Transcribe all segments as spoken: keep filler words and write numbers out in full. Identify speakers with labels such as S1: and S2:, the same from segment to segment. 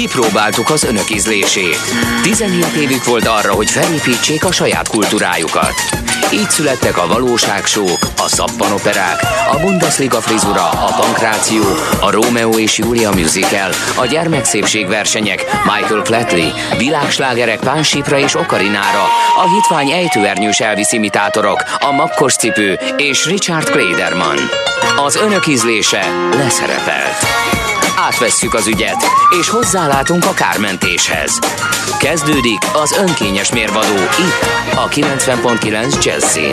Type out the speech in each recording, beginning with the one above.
S1: kipróbáltuk az önök ízlését. tizenhét évük volt arra, hogy felépítsék a saját kultúrájukat. Így születtek a valóságsók, a szappanoperák, a Bundesliga frizura, a pankráció, a Rómeó és Júlia musical, a gyermekszépségversenyek, Michael Flatley, világslágerek Pánsipra és Okarinára, a hitvány ejtőernyős Elvis imitátorok, a makkos cipő és Richard Klederman. Az önök ízlése leszerepelt. Átvesszük az ügyet, és hozzálátunk a kármentéshez. Kezdődik az önkényes mérvadó itt, a kilencven pont kilenc Jazzin.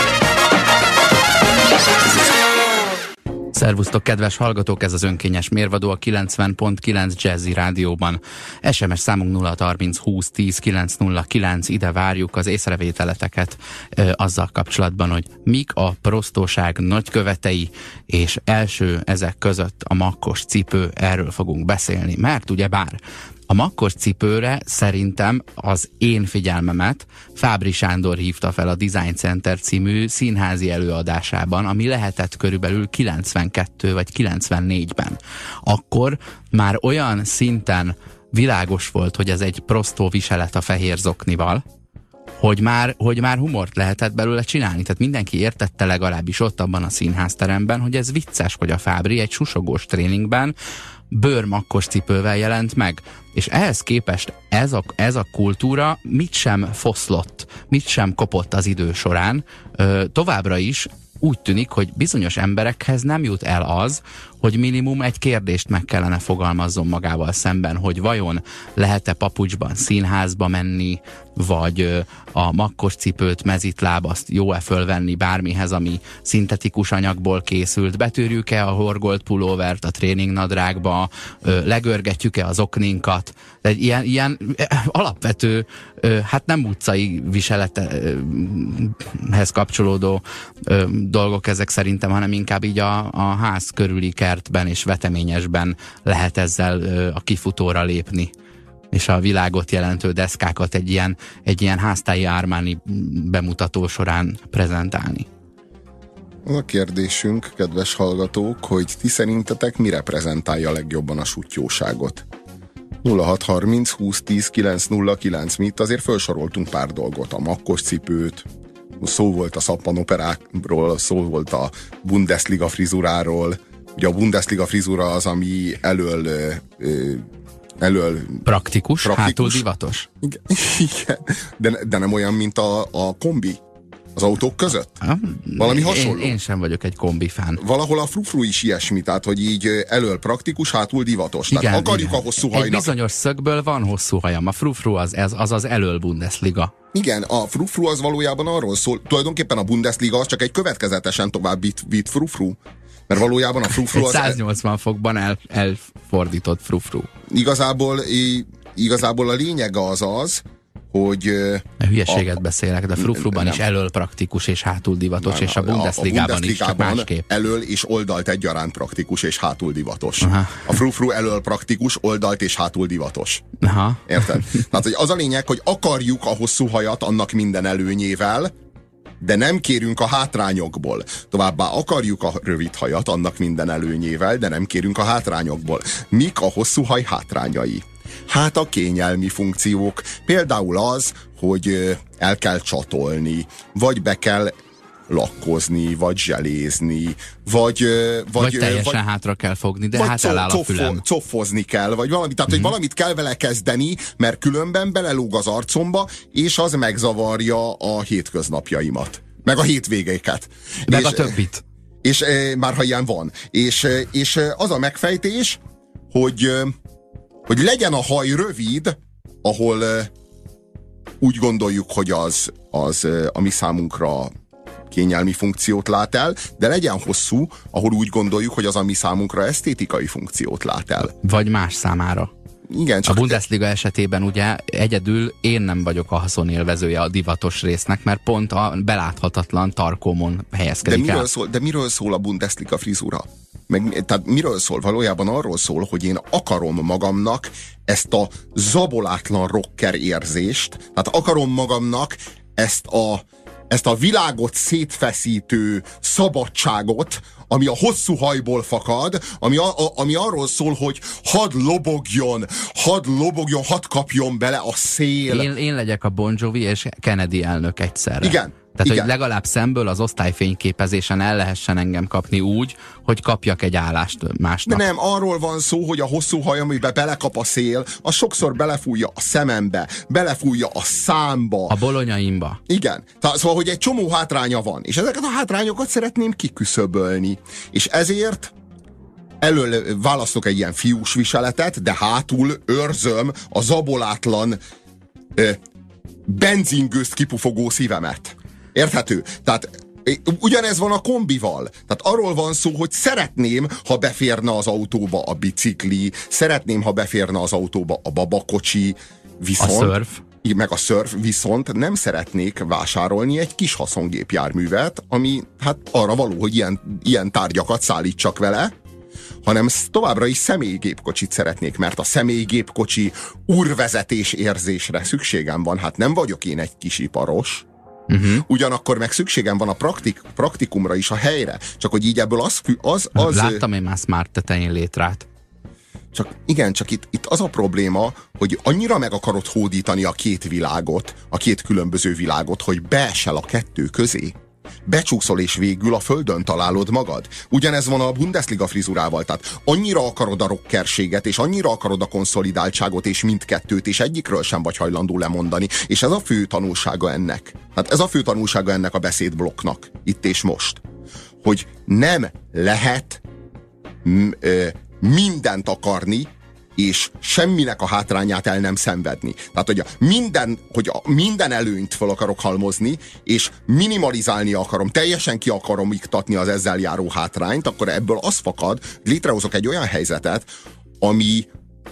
S2: Szervusztok, kedves hallgatók, ez az önkényes mérvadó a kilencven pont kilenc Jazzy rádióban. es em es számunk nulla harminc húsz tíz kilenc nulla kilenc, ide várjuk az észrevételeteket ö, azzal kapcsolatban, hogy mik a prostóság nagykövetei, és első ezek között a makkos cipő, erről fogunk beszélni, mert ugyebár a makkos cipőre szerintem az én figyelmemet Fábry Sándor hívta fel a Design Center című színházi előadásában, ami lehetett körülbelül kilencvenkettő vagy kilencvennégyben. Akkor már olyan szinten világos volt, hogy ez egy prostó viselet a fehér zoknival, hogy már, hogy már humort lehetett belőle csinálni. Tehát mindenki értette, legalábbis ott abban a színházteremben, hogy ez vicces, hogy a Fábry egy susogós tréningben bőrmakkos cipővel jelent meg. És ehhez képest ez a, ez a kultúra mit sem foszlott, mit sem kopott az idő során. Ö, továbbra is úgy tűnik, hogy bizonyos emberekhez nem jut el az, hogy minimum egy kérdést meg kellene fogalmazzon magával szemben, hogy vajon lehet-e papucsban színházba menni, vagy a makkos cipőt, mezitlábaszt jó-e fölvenni bármihez, ami szintetikus anyagból készült, betűrjük-e a horgolt pulóvert a tréningnadrágba, legörgetjük-e az okninkat, de egy ilyen, ilyen alapvető, hát nem utcai viselethez kapcsolódó dolgok ezek szerintem, hanem inkább így a, a ház körüli kertben és veteményesben lehet ezzel a kifutóra lépni, és a világot jelentő deszkákat egy ilyen, egy ilyen háztáji Armani bemutató során prezentálni.
S3: Az a kérdésünk, kedves hallgatók, hogy ti szerintetek mi reprezentálja legjobban a suttyóságot? nulla hat harminc húsz tíz kilenc nulla kilenc, mi itt azért felsoroltunk pár dolgot, a makkos cipőt, szó volt a szappanoperákról, szó volt a Bundesliga frizuráról. Ugye a Bundesliga frizura az, ami elől ö, elől
S2: praktikus, praktikus. Hátul divatos.
S3: Igen, igen. De, de nem olyan, mint a, a kombi az autók között? Valami hasonló.
S2: Én, én sem vagyok egy kombi fán.
S3: Valahol a frufru is ilyesmi, tehát hogy így elől praktikus, hátul divatos. Igen, tehát akarjuk igen. A hosszú hajnak.
S2: Egy bizonyos szögből van hosszú hajam. A frufru az az, az, az elől Bundesliga.
S3: Igen, a frufru az valójában arról szól, tulajdonképpen a Bundesliga az csak egy következetesen tovább vitt, vitt frufru. Mert valójában a frufru az...
S2: száznyolcvan fokban el, elfordított frufru.
S3: Igazából, igazából a lényeg az az, hogy...
S2: A hülyeséget a, beszélek, de a frufruban nem. Is elől praktikus és hátul divatos, nem, és a Bundesligában, a Bundesligában is, csak másképp.
S3: Elől és oldalt egyaránt praktikus és hátul divatos. Aha. A frufru elől praktikus, oldalt és hátul divatos.
S2: Aha.
S3: Érted? Tehát hogy az a lényeg, hogy akarjuk a hosszú hajat annak minden előnyével, de nem kérünk a hátrányokból. Továbbá akarjuk a rövid hajat annak minden előnyével, de nem kérünk a hátrányokból. Mik a hosszú haj hátrányai? Hát a kényelmi funkciók. Például az, hogy el kell csatolni, vagy be kell lakkozni, vagy zselézni, vagy...
S2: Vagy, vagy teljesen vagy, hátra kell fogni, de hát eláll a fülem.
S3: Coffozni kell, vagy valami, tehát, mm-hmm. hogy valamit kell vele kezdeni, mert különben belelóg az arcomba, és az megzavarja a hétköznapjaimat. Meg a hétvégéket.
S2: Meg
S3: és,
S2: a többit.
S3: És, és már ha ilyen van. És, és az a megfejtés, hogy, hogy legyen a haj rövid, ahol úgy gondoljuk, hogy az, az a mi számunkra kényelmi funkciót lát el, de legyen hosszú, ahol úgy gondoljuk, hogy az a mi számunkra esztétikai funkciót lát el.
S2: Vagy más számára.
S3: Igen, csak
S2: a Bundesliga esetében ugye egyedül én nem vagyok a haszonélvezője a divatos résznek, mert pont a beláthatatlan tarkómon helyezkedik
S3: de miről
S2: el.
S3: Szól, de miről szól a Bundesliga frizura? Meg, tehát miről szól? Valójában arról szól, hogy én akarom magamnak ezt a zabolátlan rocker érzést, tehát akarom magamnak ezt a ezt a világot szétfeszítő szabadságot, ami a hosszú hajból fakad, ami, a, a, ami arról szól, hogy hadd lobogjon, hadd lobogjon, hadd kapjon bele a szél.
S2: Én, én legyek a Bon Jovi és Kennedy elnök egyszerre.
S3: Igen.
S2: Tehát,
S3: igen.
S2: hogy legalább szemből az osztályfényképezésen el lehessen engem kapni úgy, hogy kapjak egy állást másnak.
S3: De nem, arról van szó, hogy a hosszú haj, amiben belekap a szél, az sokszor belefújja a szemembe, belefújja a számba.
S2: A bolonyaimba.
S3: Igen. Tehát, szóval, hogy egy csomó hátránya van. És ezeket a hátrányokat szeretném kiküszöbölni. És ezért elől választok egy ilyen fiús viseletet, de hátul őrzöm a zabolátlan ö, benzingőzt kipufogó szívemet. Érthető? Tehát ugyanez van a kombival. Tehát arról van szó, hogy szeretném, ha beférne az autóba a bicikli, szeretném, ha beférne az autóba a babakocsi, viszont...
S2: A szörf.
S3: Meg a szörf, viszont nem szeretnék vásárolni egy kis haszongépjárművet, ami hát arra való, hogy ilyen, ilyen tárgyakat szállítsak vele, hanem továbbra is személygépkocsit szeretnék, mert a személygépkocsi úrvezetés érzésre szükségem van. Hát nem vagyok én egy kis iparos, Uh-huh. ugyanakkor meg szükségem van a praktik, praktikumra is, a helyre. Csak hogy így ebből az... az, az
S2: Láttam én már Smart tetején létrát.
S3: Csak igen, csak itt, itt az a probléma, hogy annyira meg akarod hódítani a két világot, a két különböző világot, hogy beesel a kettő közé. Becsúszol és végül a földön találod magad. Ugyanez van a Bundesliga frizurával, tehát annyira akarod a rockerséget, és annyira akarod a konszolidáltságot, és mindkettőt, és egyikről sem vagy hajlandó lemondani. És ez a fő tanulsága ennek. Hát ez a fő tanulsága ennek a beszédblokknak, itt és most. Hogy nem lehet m- ö, mindent akarni, és semminek a hátrányát el nem szenvedni. Tehát, hogy a minden, hogy a minden előnyt fel akarok halmozni, és minimalizálni akarom, teljesen ki akarom iktatni az ezzel járó hátrányt, akkor ebből az fakad, létrehozok egy olyan helyzetet, ami,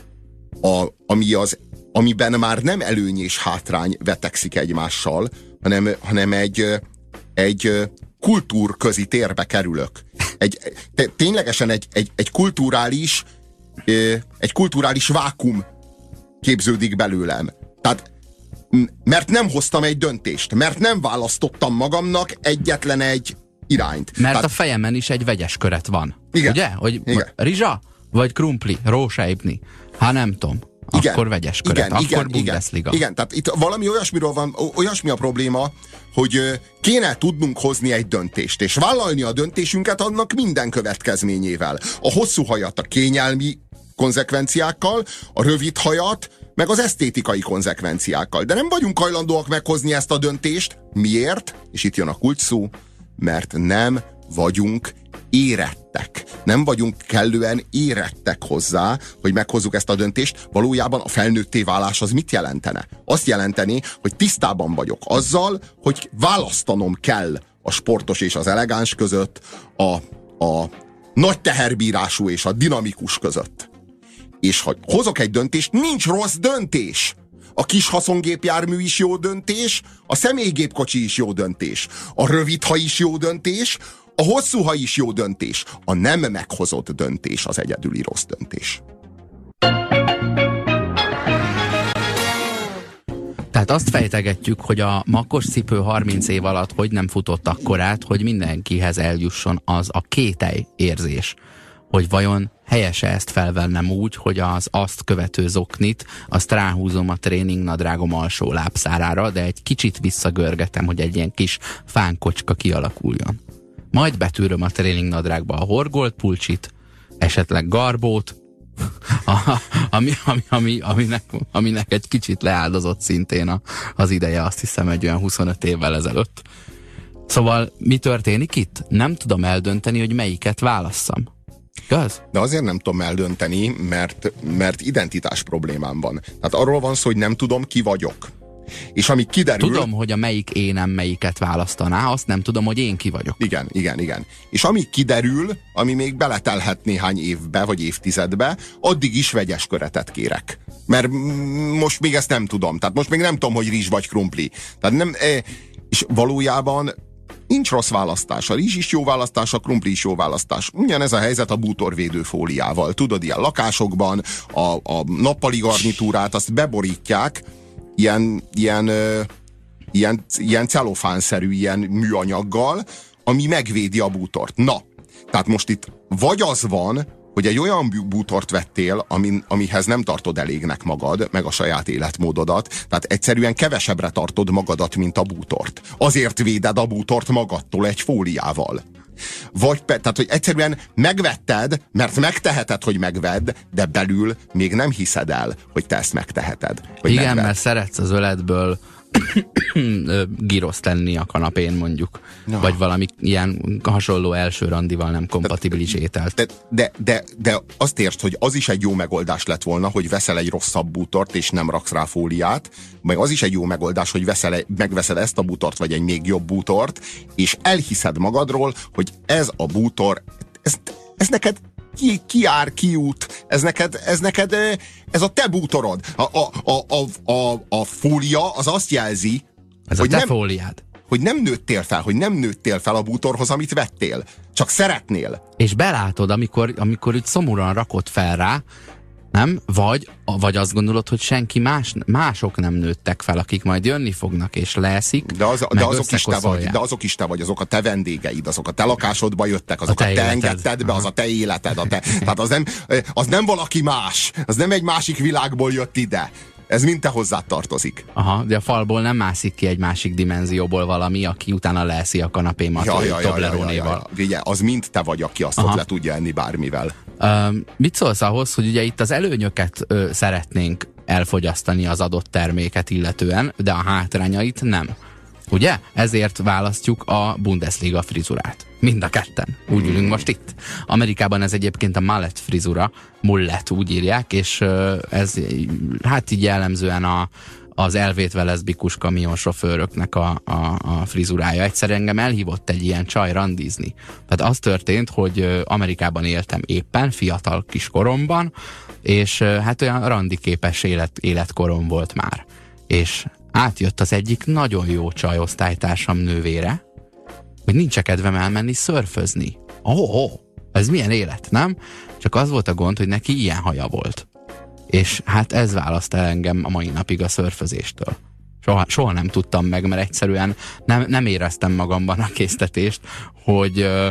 S3: a, ami az, amiben már nem előny és hátrány vetekszik egymással, hanem, hanem egy, egy kultúrközi térbe kerülök. Egy, ténylegesen egy, egy, egy kulturális egy kulturális vákum képződik belőlem. Tehát, mert nem hoztam egy döntést, mert nem választottam magamnak egyetlen egy irányt.
S2: Mert
S3: Tehát,
S2: a fejemen is egy vegyes köret van.
S3: Igen.
S2: Ugye? Hogy
S3: igen.
S2: rizsa vagy krumpli, rósejbni. Ha nem tudom, igen. akkor vegyes köret,
S3: igen,
S2: akkor
S3: igen,
S2: Bundesliga.
S3: Igen, igen, tehát itt valami olyasmiről van, olyasmi a probléma, hogy kéne tudnunk hozni egy döntést, és vállalni a döntésünket annak minden következményével. A hosszú hajat a kényelmi konzekvenciákkal, a rövid hajat, meg az esztétikai konzekvenciákkal. De nem vagyunk hajlandóak meghozni ezt a döntést. Miért? És itt jön a kulcs szó, mert nem vagyunk érettek. Nem vagyunk kellően érettek hozzá, hogy meghozzuk ezt a döntést. Valójában a felnőtté válás az mit jelentene? Azt jelenteni, hogy tisztában vagyok azzal, hogy választanom kell a sportos és az elegáns között, a, a nagy teherbírású és a dinamikus között. És ha hozok egy döntést, nincs rossz döntés. A kis haszongépjármű is jó döntés, a személygépkocsi is jó döntés, a rövidhaj is jó döntés, a hosszúhaj is jó döntés. A nem meghozott döntés az egyedüli rossz döntés.
S2: Tehát azt fejtegetjük, hogy a makkos cipő harminc év alatt hogy nem futott akkorát, hogy mindenkihez eljusson az a kételj érzés, hogy vajon helyese ezt felvennem úgy, hogy az azt követő zoknit, azt ráhúzom a tréningnadrágom alsó lábszárára, de egy kicsit visszagörgetem, hogy egy ilyen kis fánkocska kialakuljon. Majd betűröm a tréningnadrágba a horgolt pulcsit, esetleg garbót, a, ami, ami, ami, aminek, aminek egy kicsit leáldozott szintén a, az ideje, azt hiszem egy olyan huszonöt évvel ezelőtt. Szóval mi történik itt? Nem tudom eldönteni, hogy melyiket válasszam. Igaz?
S3: De azért nem tudom eldönteni, mert, mert identitás problémám van. Tehát arról van szó, hogy nem tudom, ki vagyok. És ami kiderül...
S2: Tudom, hogy a melyik énem melyiket választaná, azt nem tudom, hogy én ki vagyok.
S3: Igen, igen, igen. És ami kiderül, ami még beletelhet néhány évbe, vagy évtizedbe, addig is vegyes köretet kérek. Mert most még ezt nem tudom. Tehát most még nem tudom, hogy rizs vagy krumpli. Tehát nem... És valójában nincs rossz választás. A rizs is jó választás, a krumpli is jó választás. Ugyanez a helyzet a bútorvédő fóliával. Tudod, ilyen lakásokban a, a nappali garnitúrát azt beborítják, ilyen, ilyen ö, ilyen, ilyen celofánszerű, ilyen műanyaggal, ami megvédi a bútort. Na, tehát most itt vagy az van, hogy egy olyan bútort vettél, amin, amihez nem tartod elégnek magad, meg a saját életmódodat, tehát egyszerűen kevesebbre tartod magadat, mint a bútort. Azért véded a bútort magadtól egy fóliával. Vagy, tehát, hogy egyszerűen megvetted, mert megteheted, hogy megvedd, de belül még nem hiszed el, hogy te ezt megteheted. Hogy
S2: igen,
S3: megvedd.
S2: mert szeretsz az öletből giroszt lenni a kanapén, mondjuk. Ja. Vagy valami ilyen hasonló első randival nem kompatibilis ételt.
S3: De, de, de, de azt értsd, hogy az is egy jó megoldás lett volna, hogy veszel egy rosszabb bútort, és nem raksz rá fóliát, meg az is egy jó megoldás, hogy veszel, megveszed ezt a bútort, vagy egy még jobb bútort, és elhiszed magadról, hogy ez a bútor, ez, ez neked ki, ki ár, ki út, ez neked, ez neked, ez a te bútorod. A, a, a, a, a, a fólia az azt jelzi,
S2: ez
S3: hogy
S2: a te
S3: nem,
S2: fóliád.
S3: Hogy nem nőttél fel, hogy nem nőttél fel a bútorhoz, amit vettél. Csak szeretnél.
S2: És belátod, amikor, amikor úgy szomorúan rakod fel rá, nem? Vagy, vagy azt gondolod, hogy senki más, mások nem nőttek fel, akik majd jönni fognak, és leeszik,
S3: de, az, de, azok is te vagy, de azok is te vagy, azok a te vendégeid, azok a te lakásodba jöttek, azokat te, te engedted be, aha. Az a te életed. A te, tehát az nem, az nem valaki más, az nem egy másik világból jött ide. Ez mind te hozzád tartozik.
S2: Aha, de a falból nem mászik ki egy másik dimenzióból valami, aki utána leeszi a kanapémat ja, ja, Toblerónéval. Ja, ja, ja, ja. Az mind te vagy, aki azt ott le tudja enni bármivel. Uh, mit szólsz ahhoz, hogy ugye itt az előnyöket ö, szeretnénk elfogyasztani az adott terméket illetően, de a hátrányait nem. Ugye? Ezért választjuk a Bundesliga frizurát. Mind a ketten. Úgy ülünk most itt. Amerikában ez egyébként a mullet frizura, mullet úgy írják, és ez hát így jellemzően a, az elvétve leszbikus kamionsofőröknek a, a, a frizurája. Egyszer engem elhívott egy ilyen csaj randizni. Tehát az történt, hogy Amerikában éltem éppen, fiatal kiskoromban, és hát olyan randiképes élet, életkorom volt már. És átjött az egyik nagyon jó csaj osztálytársam nővére, hogy nincs kedvem elmenni szörfözni. Ó, oh, oh, ez milyen élet, nem? Csak az volt a gond, hogy neki ilyen haja volt. És hát ez választ el engem a mai napig a szörfözéstől. Soha, soha nem tudtam meg, mert egyszerűen nem, nem éreztem magamban a késztetést, hogy uh,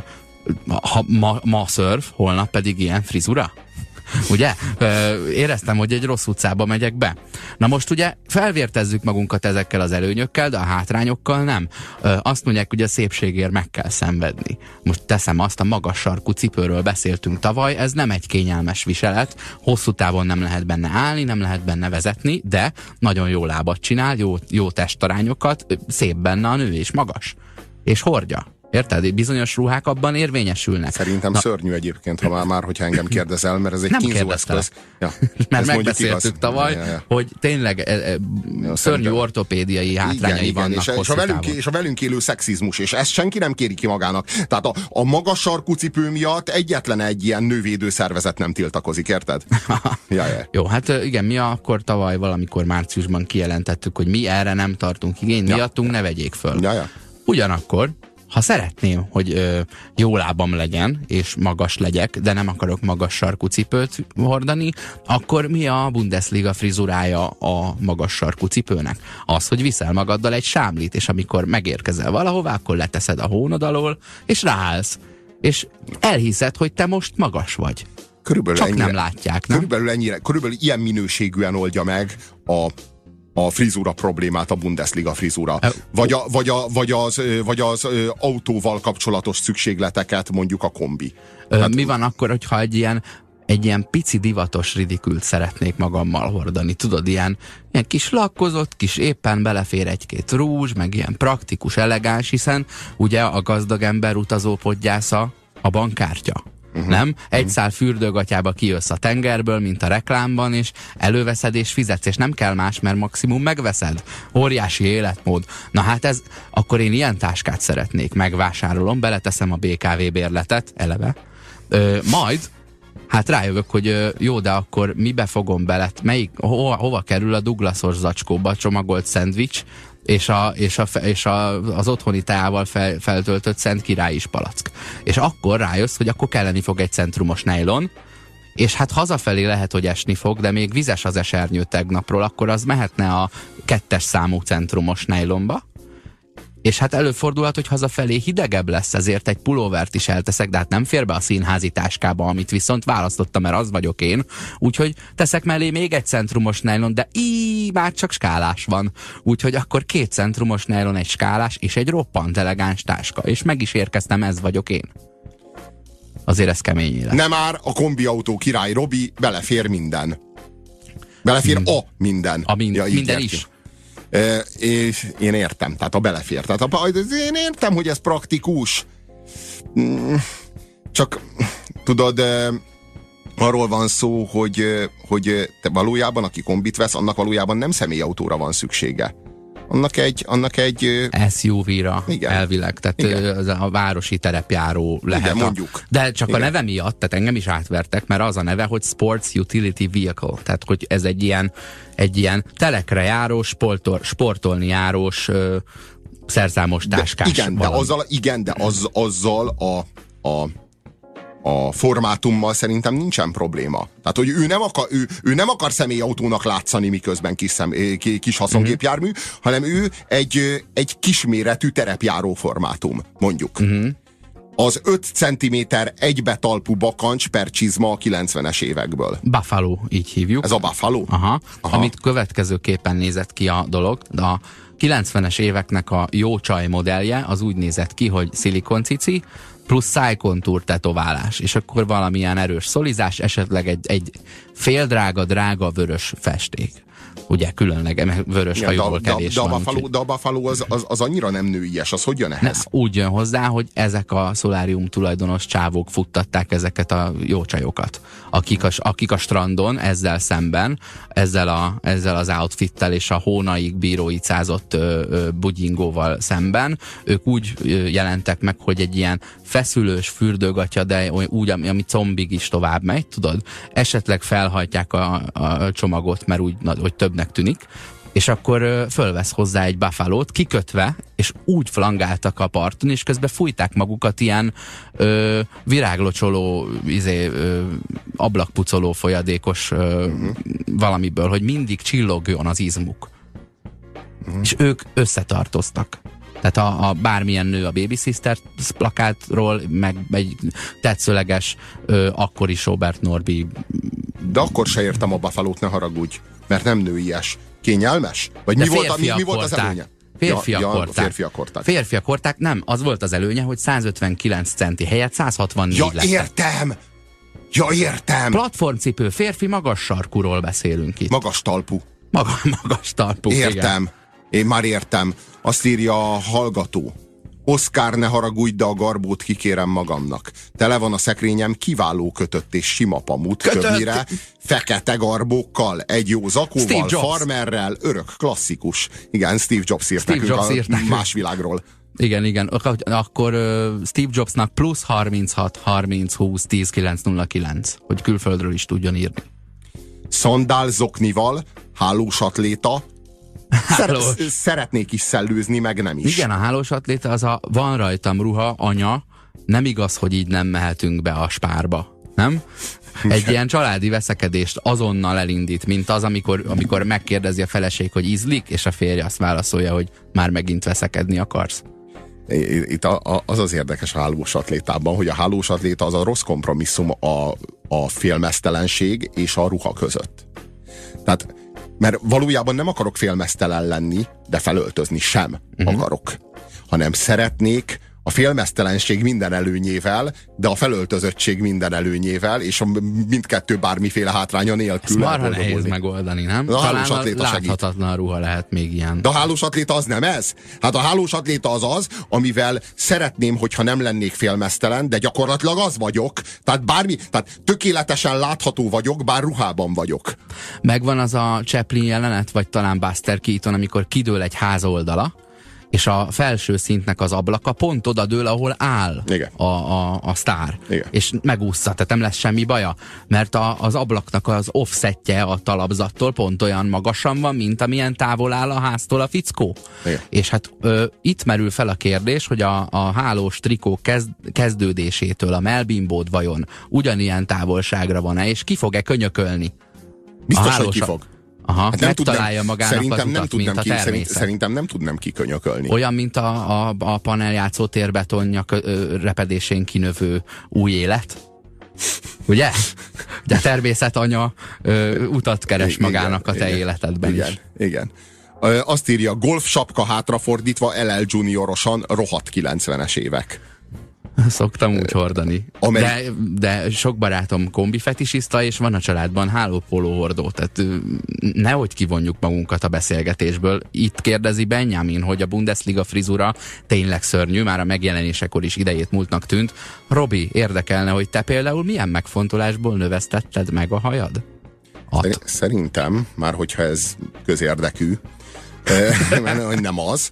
S2: ha ma, ma szörf, holnap pedig ilyen frizura. Ugye? Éreztem, hogy egy rossz utcába megyek be. Na most ugye felvértezzük magunkat ezekkel az előnyökkel, de a hátrányokkal nem. Azt mondják, hogy a szépségért meg kell szenvedni. Most teszem azt, a magas sarkú cipőről beszéltünk tavaly, ez nem egy kényelmes viselet, hosszú távon nem lehet benne állni, nem lehet benne vezetni, de nagyon jó lábat csinál, jó, jó testarányokat, szép benne a nő és magas. És hordja. Érted? Bizonyos ruhák abban érvényesülnek.
S3: Szerintem Na, szörnyű egyébként, ha már, már hogyha engem kérdezel, mert ez egy kínzó eszköz. Ja,
S2: mert megbeszéltük tavaly, ja, ja. hogy tényleg e, e, ja, szörnyű ortopédiai hátrányai igen, vannak.
S3: Igen, és, és, a velünk, és a velünk élő szexizmus, és ezt senki nem kéri ki magának. Tehát a, a magas sarkú cipő miatt egyetlen egy ilyen nővédő szervezet nem tiltakozik, érted? ja, ja.
S2: Jó, hát igen, mi akkor tavaly valamikor márciusban kijelentettük, hogy mi erre nem tartunk igény, ja, miattunk ja. ne vegyék föl.
S3: Ja, ja.
S2: Ugyanakkor ha szeretném, hogy ö, jó lábam legyen, és magas legyek, de nem akarok magas sarkú cipőt hordani, akkor mi a Bundesliga frizurája a magas sarkú cipőnek? Az, hogy viszel magaddal egy sámlit, és amikor megérkezel valahová, akkor leteszed a hónod alól, és ráállsz. És elhiszed, hogy te most magas vagy.
S3: Körülbelül
S2: Csak
S3: ennyire,
S2: nem látják, nem?
S3: Körülbelül, ennyire, körülbelül ilyen minőségűen oldja meg a a frizura problémát a Bundesliga frizura. Vagy, a, vagy, a, vagy, az, vagy az autóval kapcsolatos szükségleteket mondjuk a kombi.
S2: Ö, Tehát, mi van akkor, hogyha egy ilyen, egy ilyen pici divatos ridikült szeretnék magammal hordani? Tudod, ilyen, ilyen kis lakkozott, kis éppen belefér egy-két rúzs, meg ilyen praktikus, elegáns, hiszen ugye a gazdag ember utazópodgyásza a bankkártya. Uh-huh. Nem? Egy szál fürdőgatyába kijössz a tengerből, mint a reklámban, és előveszed és fizetsz, és nem kell más, mert maximum megveszed. Óriási életmód. Na hát ez, akkor én ilyen táskát szeretnék, megvásárolom, beleteszem a bé ká vé bérletet, eleve, ö, majd hát rájövök, hogy jó, de akkor mibe fogom bele, melyik, hova, hova kerül a Douglasos zacskóba a csomagolt szendvics, és, a, és, a, és a, az otthoni teával fel, feltöltött Szent Király is palack. És akkor rájössz, hogy akkor kelleni fog egy centrumos nejlon, és hát hazafelé lehet, hogy esni fog, de még vizes az esernyő tegnapról, akkor az mehetne a kettes számú centrumos nejlonba, És hát előfordulhat, hogy hazafelé hidegebb lesz, ezért egy pulóvert is elteszek, de hát nem fér be a színházi táskába, amit viszont választottam, mert az vagyok én. Úgyhogy teszek mellé még egy centrumos nylon, de így már csak skálás van. Úgyhogy akkor két centrumos nylon, egy skálás és egy roppant elegáns táska. És meg is érkeztem, ez vagyok én. Azért ez kemény élet.
S3: Nem már a kombiautó király Robi, belefér minden. Belefér hmm. a minden.
S2: A min-
S3: ja,
S2: minden
S3: érti.
S2: is.
S3: E, és én értem, tehát a belefér. Tehát a, én értem, hogy ez praktikus. Csak tudod, arról van szó, hogy, hogy te valójában, aki kombit vesz, annak valójában nem személyautóra van szüksége. Annak egy... Annak egy
S2: es u vé-ra elvileg, tehát igen. A városi terepjáró lehet.
S3: Igen, mondjuk.
S2: A, de csak
S3: igen.
S2: A neve miatt, tehát engem is átvertek, mert az a neve, hogy Sports Utility Vehicle, tehát hogy ez egy ilyen, egy ilyen telekre járós, sportol, sportolni járós, ö, szerszámos táskás.
S3: De igen, de azzal, igen, de az, azzal a, a a formátummal szerintem nincsen probléma. Tehát, hogy ő nem akar, ő, ő nem akar személyautónak látszani, miközben kis, szem, kis haszongépjármű, uh-huh. hanem ő egy, egy kisméretű terepjáró formátum, mondjuk. Uh-huh. Az öt centiméter egybetalpú bakancs per csizma a kilencvenes évekből.
S2: Buffalo, így hívjuk.
S3: Ez a Buffalo?
S2: Aha. Aha. Amit következőképpen nézett ki a dolog, de a kilencvenes éveknek a jó csaj modellje az úgy nézett ki, hogy szilikoncici, plusz szájkontúr tetoválás, és akkor valamilyen erős szolizás, esetleg egy, egy féldrága, drága vörös festék. Ugye különleg vörös
S3: ja,
S2: hajóból
S3: de,
S2: kevés
S3: de, de
S2: van.
S3: A Buffalo, úgy, de a Buffalo az, az, az annyira nem nőies, az hogy jön ehhez?
S2: Ne, úgy jön hozzá, hogy ezek a szolárium tulajdonos csávók futtatták ezeket a jó csajokat, akik a, akik a strandon ezzel szemben, ezzel, a, ezzel az outfittel és a hónaig bíróicázott ö, ö, bugyingóval szemben, ők úgy ö, jelentek meg, hogy egy ilyen feszülős fürdőgatya, de úgy, ami, ami combig is tovább megy, tudod? Esetleg felhajtják a, a csomagot, mert úgy, hogy többnek tűnik, és akkor ö, fölvesz hozzá egy Buffalót, kikötve, és úgy flangáltak a parton, és közben fújták magukat ilyen ö, viráglocsoló, izé, ö, ablakpucoló folyadékos ö, uh-huh. valamiből, hogy mindig csillogjon az izmuk. Uh-huh. És ők összetartoztak. Tehát a, a bármilyen nő a Baby Sister plakátról, meg egy tetszőleges ö, akkori Robert Norby.
S3: De akkor se értem a Buffalót, ne haragudj, mert nem nőies. Kényelmes? Vagy mi volt, mi, mi volt az előnye?
S2: Férfiak
S3: ja,
S2: korták.
S3: Ja, férfiak korták.
S2: Férfiak korták, nem, az volt az előnye, hogy százötvenkilenc centi helyett száz hatvannégy
S3: ja,
S2: lettek.
S3: értem! Ja, értem!
S2: Platformcipő, férfi magas sarkúról beszélünk itt.
S3: Magas talpú.
S2: Maga, magas talpú,
S3: értem.
S2: Igen.
S3: Én már értem. Azt írja a hallgató. Oszkár, ne haragudj, de a garbót kikérem magamnak. Tele van a szekrényem kiváló kötött és sima pamut, kötött. Többnyire fekete garbókkal, egy jó zakóval, farmerrel, örök klasszikus. Igen, Steve Jobs írt
S2: Steve
S3: nekünk
S2: Jobs
S3: a
S2: írt nekünk.
S3: más világról.
S2: Igen, igen. Akkor uh, Steve Jobsnak plusz harminchat harminc húsz tíz kilenc nulla kilenc, hogy külföldről is tudjon írni.
S3: Szandál zoknival, hálós atléta, Hálós. Szer- szeretnék is szellőzni, meg nem is.
S2: Igen, a hálós atléta az a van rajtam ruha, anya, nem igaz, hogy így nem mehetünk be a spárba, nem? Egy ilyen családi veszekedést azonnal elindít, mint az, amikor, amikor megkérdezi a feleség, hogy ízlik, és a férje azt válaszolja, hogy már megint veszekedni akarsz.
S3: Itt a, a, az az érdekes a hálós atlétában, hogy a hálós atléta az a rossz kompromisszum a, a félmeztelenség és a ruha között. Tehát mert valójában nem akarok félmeztelen lenni, de felöltözni sem uh-huh. akarok. Hanem szeretnék a félmeztelenség minden előnyével, de a felöltözöttség minden előnyével, és a mindkettő bármiféle hátránya nélkül.
S2: Ez marha nehéz megoldani, nem?
S3: A
S2: Talán a láthatatlan segít. Ruha lehet még ilyen.
S3: De a hálós atléta az nem ez? Hát a hálós atléta az az, amivel szeretném, hogyha nem lennék félmeztelen, de gyakorlatilag az vagyok. Tehát bármi, tehát tökéletesen látható vagyok, bár ruhában vagyok.
S2: Megvan az a Chaplin jelenet, vagy talán Buster Keaton, amikor kidől egy ház oldala, és a felső szintnek az ablaka pont oda dől, ahol áll a, a, a sztár.
S3: Igen.
S2: És megúszza, tehát nem lesz semmi baja, mert a, az ablaknak az offsetje a talapzattól pont olyan magasan van, mint amilyen távol áll a háztól a fickó.
S3: Igen.
S2: És hát ö, itt merül fel a kérdés, hogy a, a hálós trikó kezd, kezdődésétől a melbimbód vajon ugyanilyen távolságra van-e, és ki fog-e könyökölni?
S3: Biztos, hogy ki fog.
S2: Aha,
S3: hát nem
S2: megtalálja
S3: tudnám,
S2: magának
S3: szerintem
S2: az utat,
S3: nem tudnám
S2: mint a
S3: ki,
S2: természet.
S3: szerint, szerintem nem tudnám kikönyökölni.
S2: Olyan, mint a, a, a paneljátszó térbetonja repedésén kinövő új élet. Ugye? Ugye a természet anya ö, utat keres igen, magának a te igen, életedben
S3: igen,
S2: is.
S3: Igen. Ö, azt írja, golf sapka hátrafordítva, el el juniorosan, rohadt kilencvenes évek.
S2: Szoktam úgy hordani. Ameri- de, de sok barátom kombi fetisista, és van a családban hálópóló hordó, tehát nehogy kivonjuk magunkat a beszélgetésből. Itt kérdezi Benjamin, hogy a Bundesliga frizura tényleg szörnyű, már a megjelenésekor is idejét múltnak tűnt. Robi, érdekelne, hogy te például milyen megfontolásból növesztetted meg a hajad? At.
S3: Szerintem, már hogyha ez közérdekű, nem az.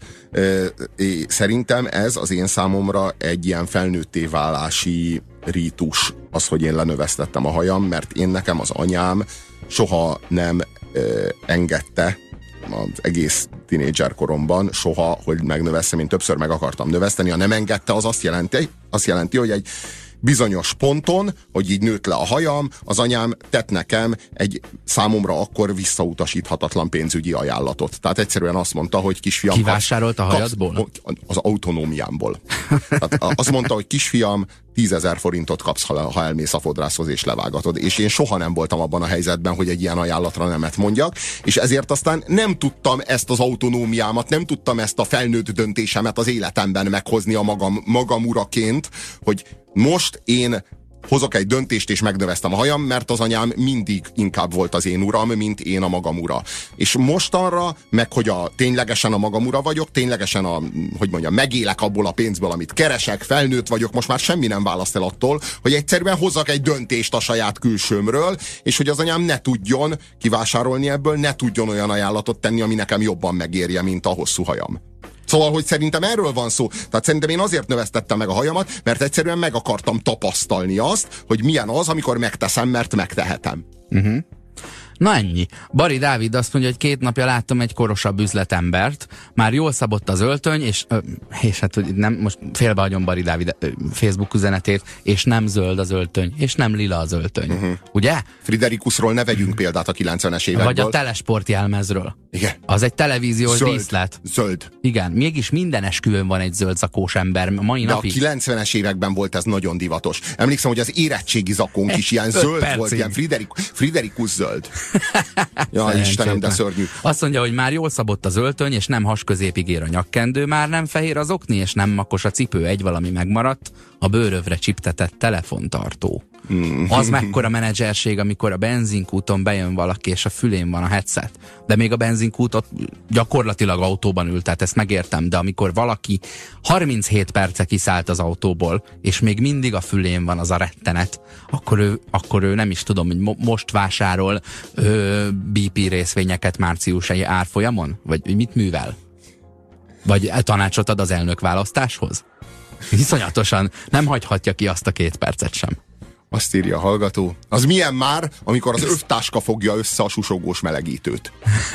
S3: Szerintem ez az én számomra egy ilyen felnőtté válási rítus, az, hogy én lenövesztettem a hajam, mert én nekem az anyám soha nem engedte az egész tinédzser koromban soha, hogy megnöveszem. Én többször meg akartam növeszteni, ha nem engedte, az azt jelenti, azt jelenti, hogy egy bizonyos ponton, hogy így nőtt le a hajam, az anyám tett nekem egy számomra akkor visszautasíthatatlan pénzügyi ajánlatot. Tehát egyszerűen azt mondta, hogy kisfiam...
S2: Kivásárolt a hajadból?
S3: Az autonómiámból. Tehát azt mondta, hogy kisfiam, tízezer forintot kapsz, ha, ha elmész a fodrászhoz és levágatod. És én soha nem voltam abban a helyzetben, hogy egy ilyen ajánlatra nemet mondjak, és ezért aztán nem tudtam ezt az autonómiámat, nem tudtam ezt a felnőtt döntésemet az életemben meghozni a magam, magam uraként, hogy most én hozok egy döntést, és megnöveztem a hajam, mert az anyám mindig inkább volt az én uram, mint én a magam ura. És mostanra, meg hogy a, ténylegesen a magam ura vagyok, ténylegesen a, hogy mondjam, megélek abból a pénzből, amit keresek, felnőtt vagyok, most már semmi nem választ el attól, hogy egyszerűen hozzak egy döntést a saját külsőmről, és hogy az anyám ne tudjon kivásárolni ebből, ne tudjon olyan ajánlatot tenni, ami nekem jobban megérje, mint a hosszú hajam. Szóval, hogy szerintem erről van szó. Tehát szerintem én azért növesztettem meg a hajamat, mert egyszerűen meg akartam tapasztalni azt, hogy milyen az, amikor megteszem, mert megtehetem.
S2: Uh-huh. Na ennyi. Bari Dávid azt mondja, hogy két napja láttam egy korosabb üzletembert, már jól szabott az öltöny, és, és hát hogy nem, most félbehagyom Bari Dávid Facebook üzenetét, és nem zöld az öltöny, és nem lila az öltöny. Uh-huh. Ugye?
S3: Friderikusról ne vegyünk példát a kilencvenes évekből.
S2: Vagy a telesport jelmezről.
S3: Igen.
S2: Az egy televíziós
S3: zöld,
S2: díszlet.
S3: Zöld.
S2: Igen, mégis minden esküvőn van egy zöld zakós ember. Mai
S3: De
S2: napig.
S3: a kilencvenes években volt ez nagyon divatos. Emlékszem, hogy az érettségi zakónk is ilyen zöld percig volt, ilyen Friderikus, Friderikus zöld. Ja, Istenem, de szörnyű.
S2: Azt mondja, hogy már jól szabott az öltöny, és nem hasközépig ér a nyakkendő, már nem fehér az okni, és nem makos a cipő, egy valami megmaradt, a bőrövre csiptetett telefontartó. Mm. Az mekkora menedzserség, amikor a benzinkúton bejön valaki, és a fülén van a headset. De még a benzinkútot gyakorlatilag autóban ült, tehát ezt megértem, de amikor valaki harminchét perce kiszállt az autóból, és még mindig a fülén van az a rettenet, akkor ő, akkor ő nem is tudom, hogy mo- most vásárol ö, bé pé részvényeket márciusi árfolyamon? Vagy mit művel? Vagy tanácsot ad az elnök választáshoz? Iszonyatosan nem hagyhatja ki azt a két percet sem.
S3: Azt írja a hallgató. Az milyen már, amikor az övtáska fogja össze a susogós melegítőt?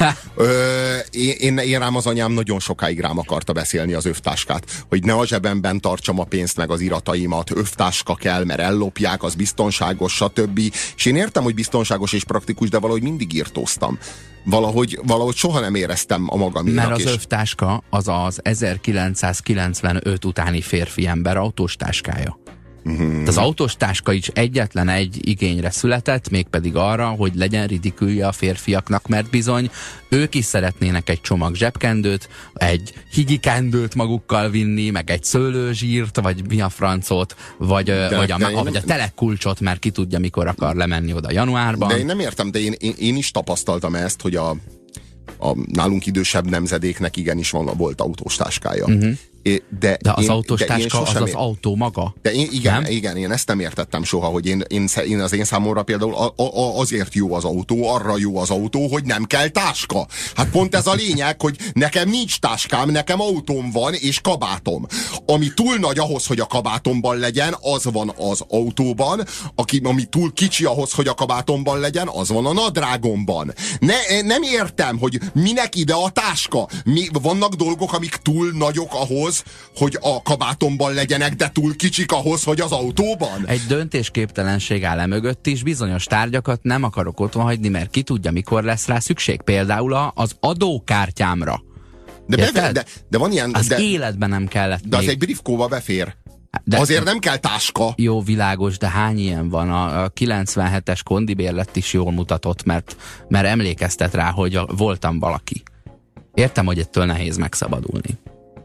S3: Ö, én, én, én rám az anyám nagyon sokáig rám akarta beszélni az övtáskát, hogy ne a zsebemben tartsam a pénzt meg az irataimat, övtáska kell, mert ellopják, az biztonságos, stb. És én értem, hogy biztonságos és praktikus, de valahogy mindig írtóztam. Valahogy, valahogy soha nem éreztem a magaménak.
S2: Mert az
S3: és...
S2: övtáska az az ezerkilencszázkilencvenöt utáni férfi ember autós táskája. Mm-hmm. Az autós táska is egyetlen egy igényre született, mégpedig arra, hogy legyen ridikülje a férfiaknak, mert bizony ők is szeretnének egy csomag zsebkendőt, egy higikendőt magukkal vinni, meg egy szőlőzsírt, vagy mi a francot, vagy, de, vagy, a, a, vagy a telekulcsot, mert ki tudja, mikor akar lemenni oda januárban.
S3: De én nem értem, de én, én, én is tapasztaltam ezt, hogy a, a nálunk idősebb nemzedéknek igenis van, volt autós táskája. Mm-hmm. De,
S2: de az
S3: én,
S2: autós
S3: de
S2: táska az
S3: ér...
S2: az autó maga.
S3: De én, igen,
S2: nem?
S3: igen, én ezt nem értettem soha, hogy én, én, én az én számomra például a, a, azért jó az autó, arra jó az autó, hogy nem kell táska. Hát pont ez a lényeg, hogy nekem nincs táskám, nekem autóm van, és kabátom. Ami túl nagy ahhoz, hogy a kabátomban legyen, az van az autóban, aki, ami túl kicsi ahhoz, hogy a kabátomban legyen, az van a nadrágomban. Ne, nem értem, hogy minek ide a táska. Mi, vannak dolgok, amik túl nagyok ahhoz, ahhoz, hogy a kabátomban legyenek, de túl kicsik ahhoz, hogy az autóban?
S2: Egy döntésképtelenség áll e mögött is, bizonyos tárgyakat nem akarok otthon hagyni, mert ki tudja, mikor lesz rá szükség. Például az adókártyámra.
S3: De, beve, de, de van ilyen...
S2: Az
S3: de,
S2: életben nem kellett
S3: De
S2: még.
S3: az egy briefkóba befér.
S2: De,
S3: Azért nem kell táska.
S2: Jó, világos, de hány ilyen van? A, a kilencvenhetes kondibérlet is jól mutatott, mert, mert emlékeztet rá, hogy a, voltam valaki. Értem, hogy ettől nehéz megszabadulni.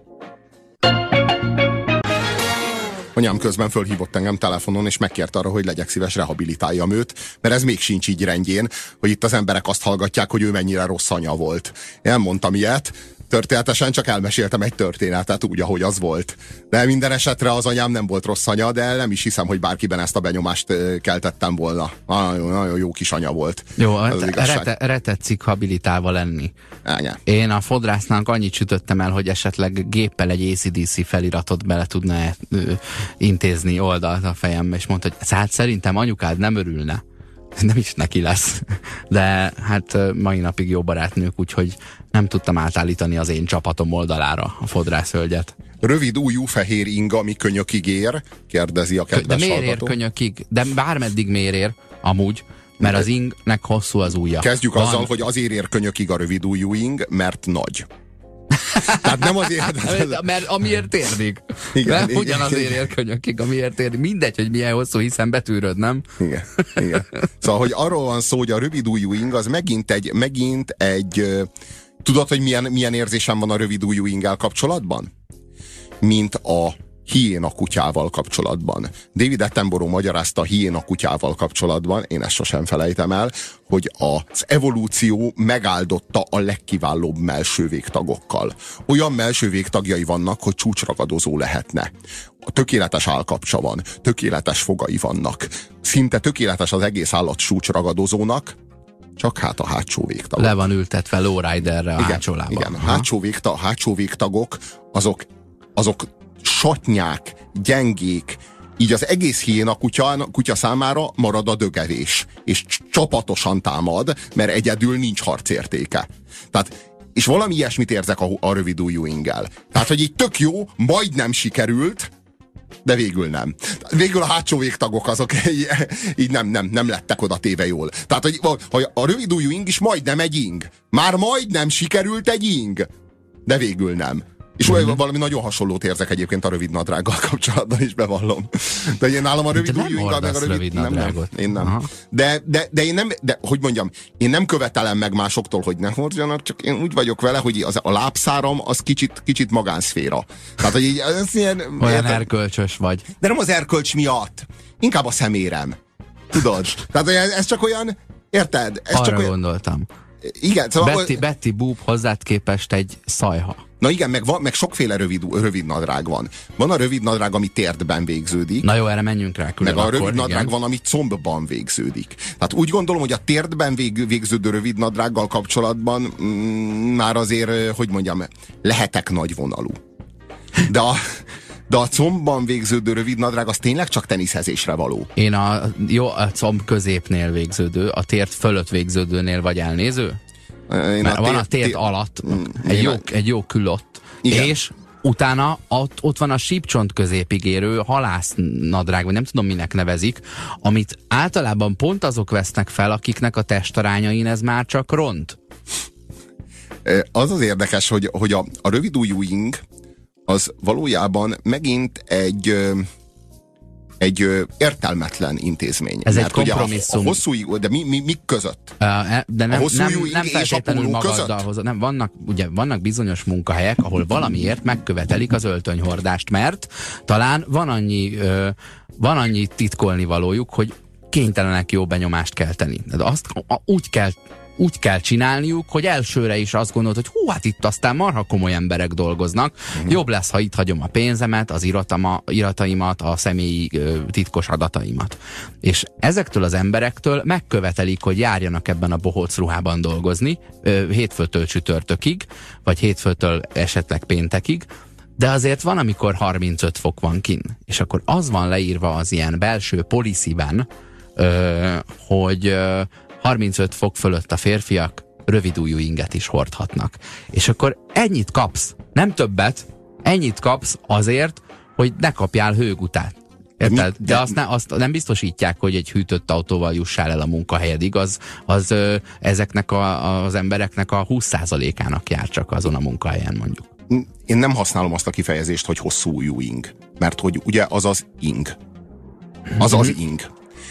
S3: Anyám közben fölhívott engem telefonon, és megkért arra, hogy legyek szíves, rehabilitáljam őt, mert ez még sincs így rendjén, hogy itt az emberek azt hallgatják, hogy ő mennyire rossz anya volt. Én nem mondtam ilyet, történetesen csak elmeséltem egy történetet úgy, ahogy az volt. De minden esetre az anyám nem volt rossz anya, de nem is hiszem, hogy bárkiben ezt a benyomást keltettem volna. Nagyon, nagyon jó kis anya volt.
S2: Jó, rete, retetszik habilitálva lenni.
S3: Ányá.
S2: Én a fodrásznak annyit sütöttem el, hogy esetleg géppel egy á cé dé cé feliratot bele tudna -e, ö, intézni oldalt a fejembe, és mondta, hogy hát szerintem anyukád nem örülne. Nem is neki lesz. De hát mai napig jó barátnők, úgyhogy nem tudtam átállítani az én csapatom oldalára a fodrászhölgyet.
S3: Rövid ujjú fehér inga, mi könyökig ér? Kérdezi a kedves
S2: De miért
S3: hallgató.
S2: ér könyökig? De bármeddig miért ér, amúgy, mert az ingnek hosszú az ujja.
S3: Kezdjük
S2: Van...
S3: azzal, hogy azért ér könyökig a rövid ujjú ing, mert nagy. Tehát nem azért...
S2: Mert, mert amiért érdik.
S3: Igen,
S2: nem
S3: igen,
S2: ugyanazért
S3: igen.
S2: ér könyökig, amiért érdik. Mindegy, hogy milyen hosszú, hiszen betűröd, nem?
S3: Igen, igen. Szóval, hogy arról van szó, hogy a rövid ujjú ing az megint egy, megint egy uh, tudod, hogy milyen, milyen érzésem van a rövid ujjú inggel kapcsolatban? Mint a hiéna kutyával kapcsolatban. David Attenborough magyarázta a hiéna kutyával kapcsolatban, én ezt sosem felejtem el, hogy az evolúció megáldotta a legkiválóbb mellső végtagokkal. Olyan mellső végtagjai vannak, hogy csúcsragadozó lehetne. A tökéletes állkapcsa van, tökéletes fogai vannak. Szinte tökéletes az egész állat csúcsragadozónak, csak hát a hátsó végtagok.
S2: Le van ültetve lowriderre a
S3: igen,
S2: hátsó lába.
S3: Igen, a hátsó, végta, a hátsó végtagok azok, azok satnyák, gyengék, így az egész hiéna kutya, kutya számára marad a dögevés, és csapatosan támad, mert egyedül nincs harcértéke. Tehát, és valami ilyesmit érzek a, a rövid ujjú inggel. Tehát, hogy így tök jó, majdnem sikerült, de végül nem. Végül a hátsó végtagok azok így, így nem, nem, nem lettek oda téve jól. Tehát, hogy, hogy a rövid ujjú ing is majdnem egy ing. Már majdnem sikerült egy ing, de végül nem. És mm-hmm. valami nagyon hasonlót érzek egyébként a rövid nadrággal kapcsolatban is, bevallom. De én nálam a rövid ujjú inga, meg a rövid,
S2: rövid
S3: nem, nem, én nem. De, de, de én nem, de hogy mondjam, én nem követelem meg másoktól, hogy ne hordjanak, csak én úgy vagyok vele, hogy az, a lábszáram az kicsit, kicsit magánszféra. Tehát, hogy így, ez ilyen,
S2: olyan
S3: érted?
S2: Erkölcsös vagy.
S3: De nem az erkölcs miatt, inkább a szemérem. Tudod? Tehát ez, ez csak olyan, érted? Ez
S2: Arra
S3: csak olyan,
S2: gondoltam.
S3: igen, szóval...
S2: Betty, Betty Boop hozzád képest egy szajha.
S3: Na igen, meg, van, meg sokféle rövid, rövid nadrág van. Van a rövid nadrág, ami térdben végződik.
S2: Na jó, erre menjünk rá külön.
S3: Meg a
S2: akkor,
S3: rövid nadrág
S2: igen.
S3: van, ami combban végződik. Tehát úgy gondolom, hogy a térdben vég, végződő rövid nadrággal kapcsolatban mm, már azért, hogy mondjam, lehetek nagyvonalú. De a, de a combban végződő rövid nadrág az tényleg csak teniszezésre való.
S2: Én a, jó, a comb középnél végződő, a térd fölött végződőnél vagy elnéző?
S3: Én
S2: Mert
S3: a
S2: van
S3: tér,
S2: a térd
S3: tér,
S2: alatt
S3: Mm,
S2: egy jó,
S3: én-
S2: egy jó külott.
S3: Igen.
S2: És utána ott, ott van a sípcsont középig érő halásznadrág, vagy nem tudom minek nevezik, amit általában pont azok vesznek fel, akiknek a testarányain ez már csak ront.
S3: Az az érdekes, hogy, hogy a, a rövid ujjú ing az valójában megint egy ö, egy ö, értelmetlen intézmény.
S2: Ez egy
S3: Mert ugye a,
S2: kompromisszum.
S3: a hosszú ujjú, de mi, mi, mik között?
S2: Uh, de nem,
S3: hosszú
S2: nem,
S3: ujjú
S2: nem
S3: ing és a
S2: feltétlenül
S3: póló
S2: magaddal
S3: között?
S2: hozzá. Nem, vannak, ugye, vannak bizonyos munkahelyek, ahol valamiért megkövetelik az öltönyhordást, mert talán van annyi, uh, van annyi titkolni valójuk, hogy kénytelenek jó benyomást kelteni. De azt a, úgy kell úgy kell csinálniuk, hogy elsőre is azt gondolod, hogy hú, hát itt aztán marha komoly emberek dolgoznak. Mm. Jobb lesz, ha itt hagyom a pénzemet, az iratama, irataimat, a személyi ö, titkos adataimat. És ezektől az emberektől megkövetelik, hogy járjanak ebben a bohóc ruhában dolgozni, ö, hétfőtől csütörtökig, vagy hétfőtől esetleg péntekig, de azért van, amikor harmincöt fok van kin. És akkor az van leírva az ilyen belső policyben, ö, hogy ö, harmincöt fok fölött a férfiak rövidujjú inget is hordhatnak. És akkor ennyit kapsz, nem többet, Ennyit kapsz azért, hogy ne kapjál hőgutát. Érted? De, de azt, ne, azt nem biztosítják, hogy egy hűtött autóval jussál el a munkahelyedig, az, az ö, ezeknek a, az embereknek a húsz százalékának jár csak azon a munkahelyen, mondjuk.
S3: Én nem használom azt a kifejezést, hogy hosszú ujjú ing, mert hogy ugye az az ing. Az az ing.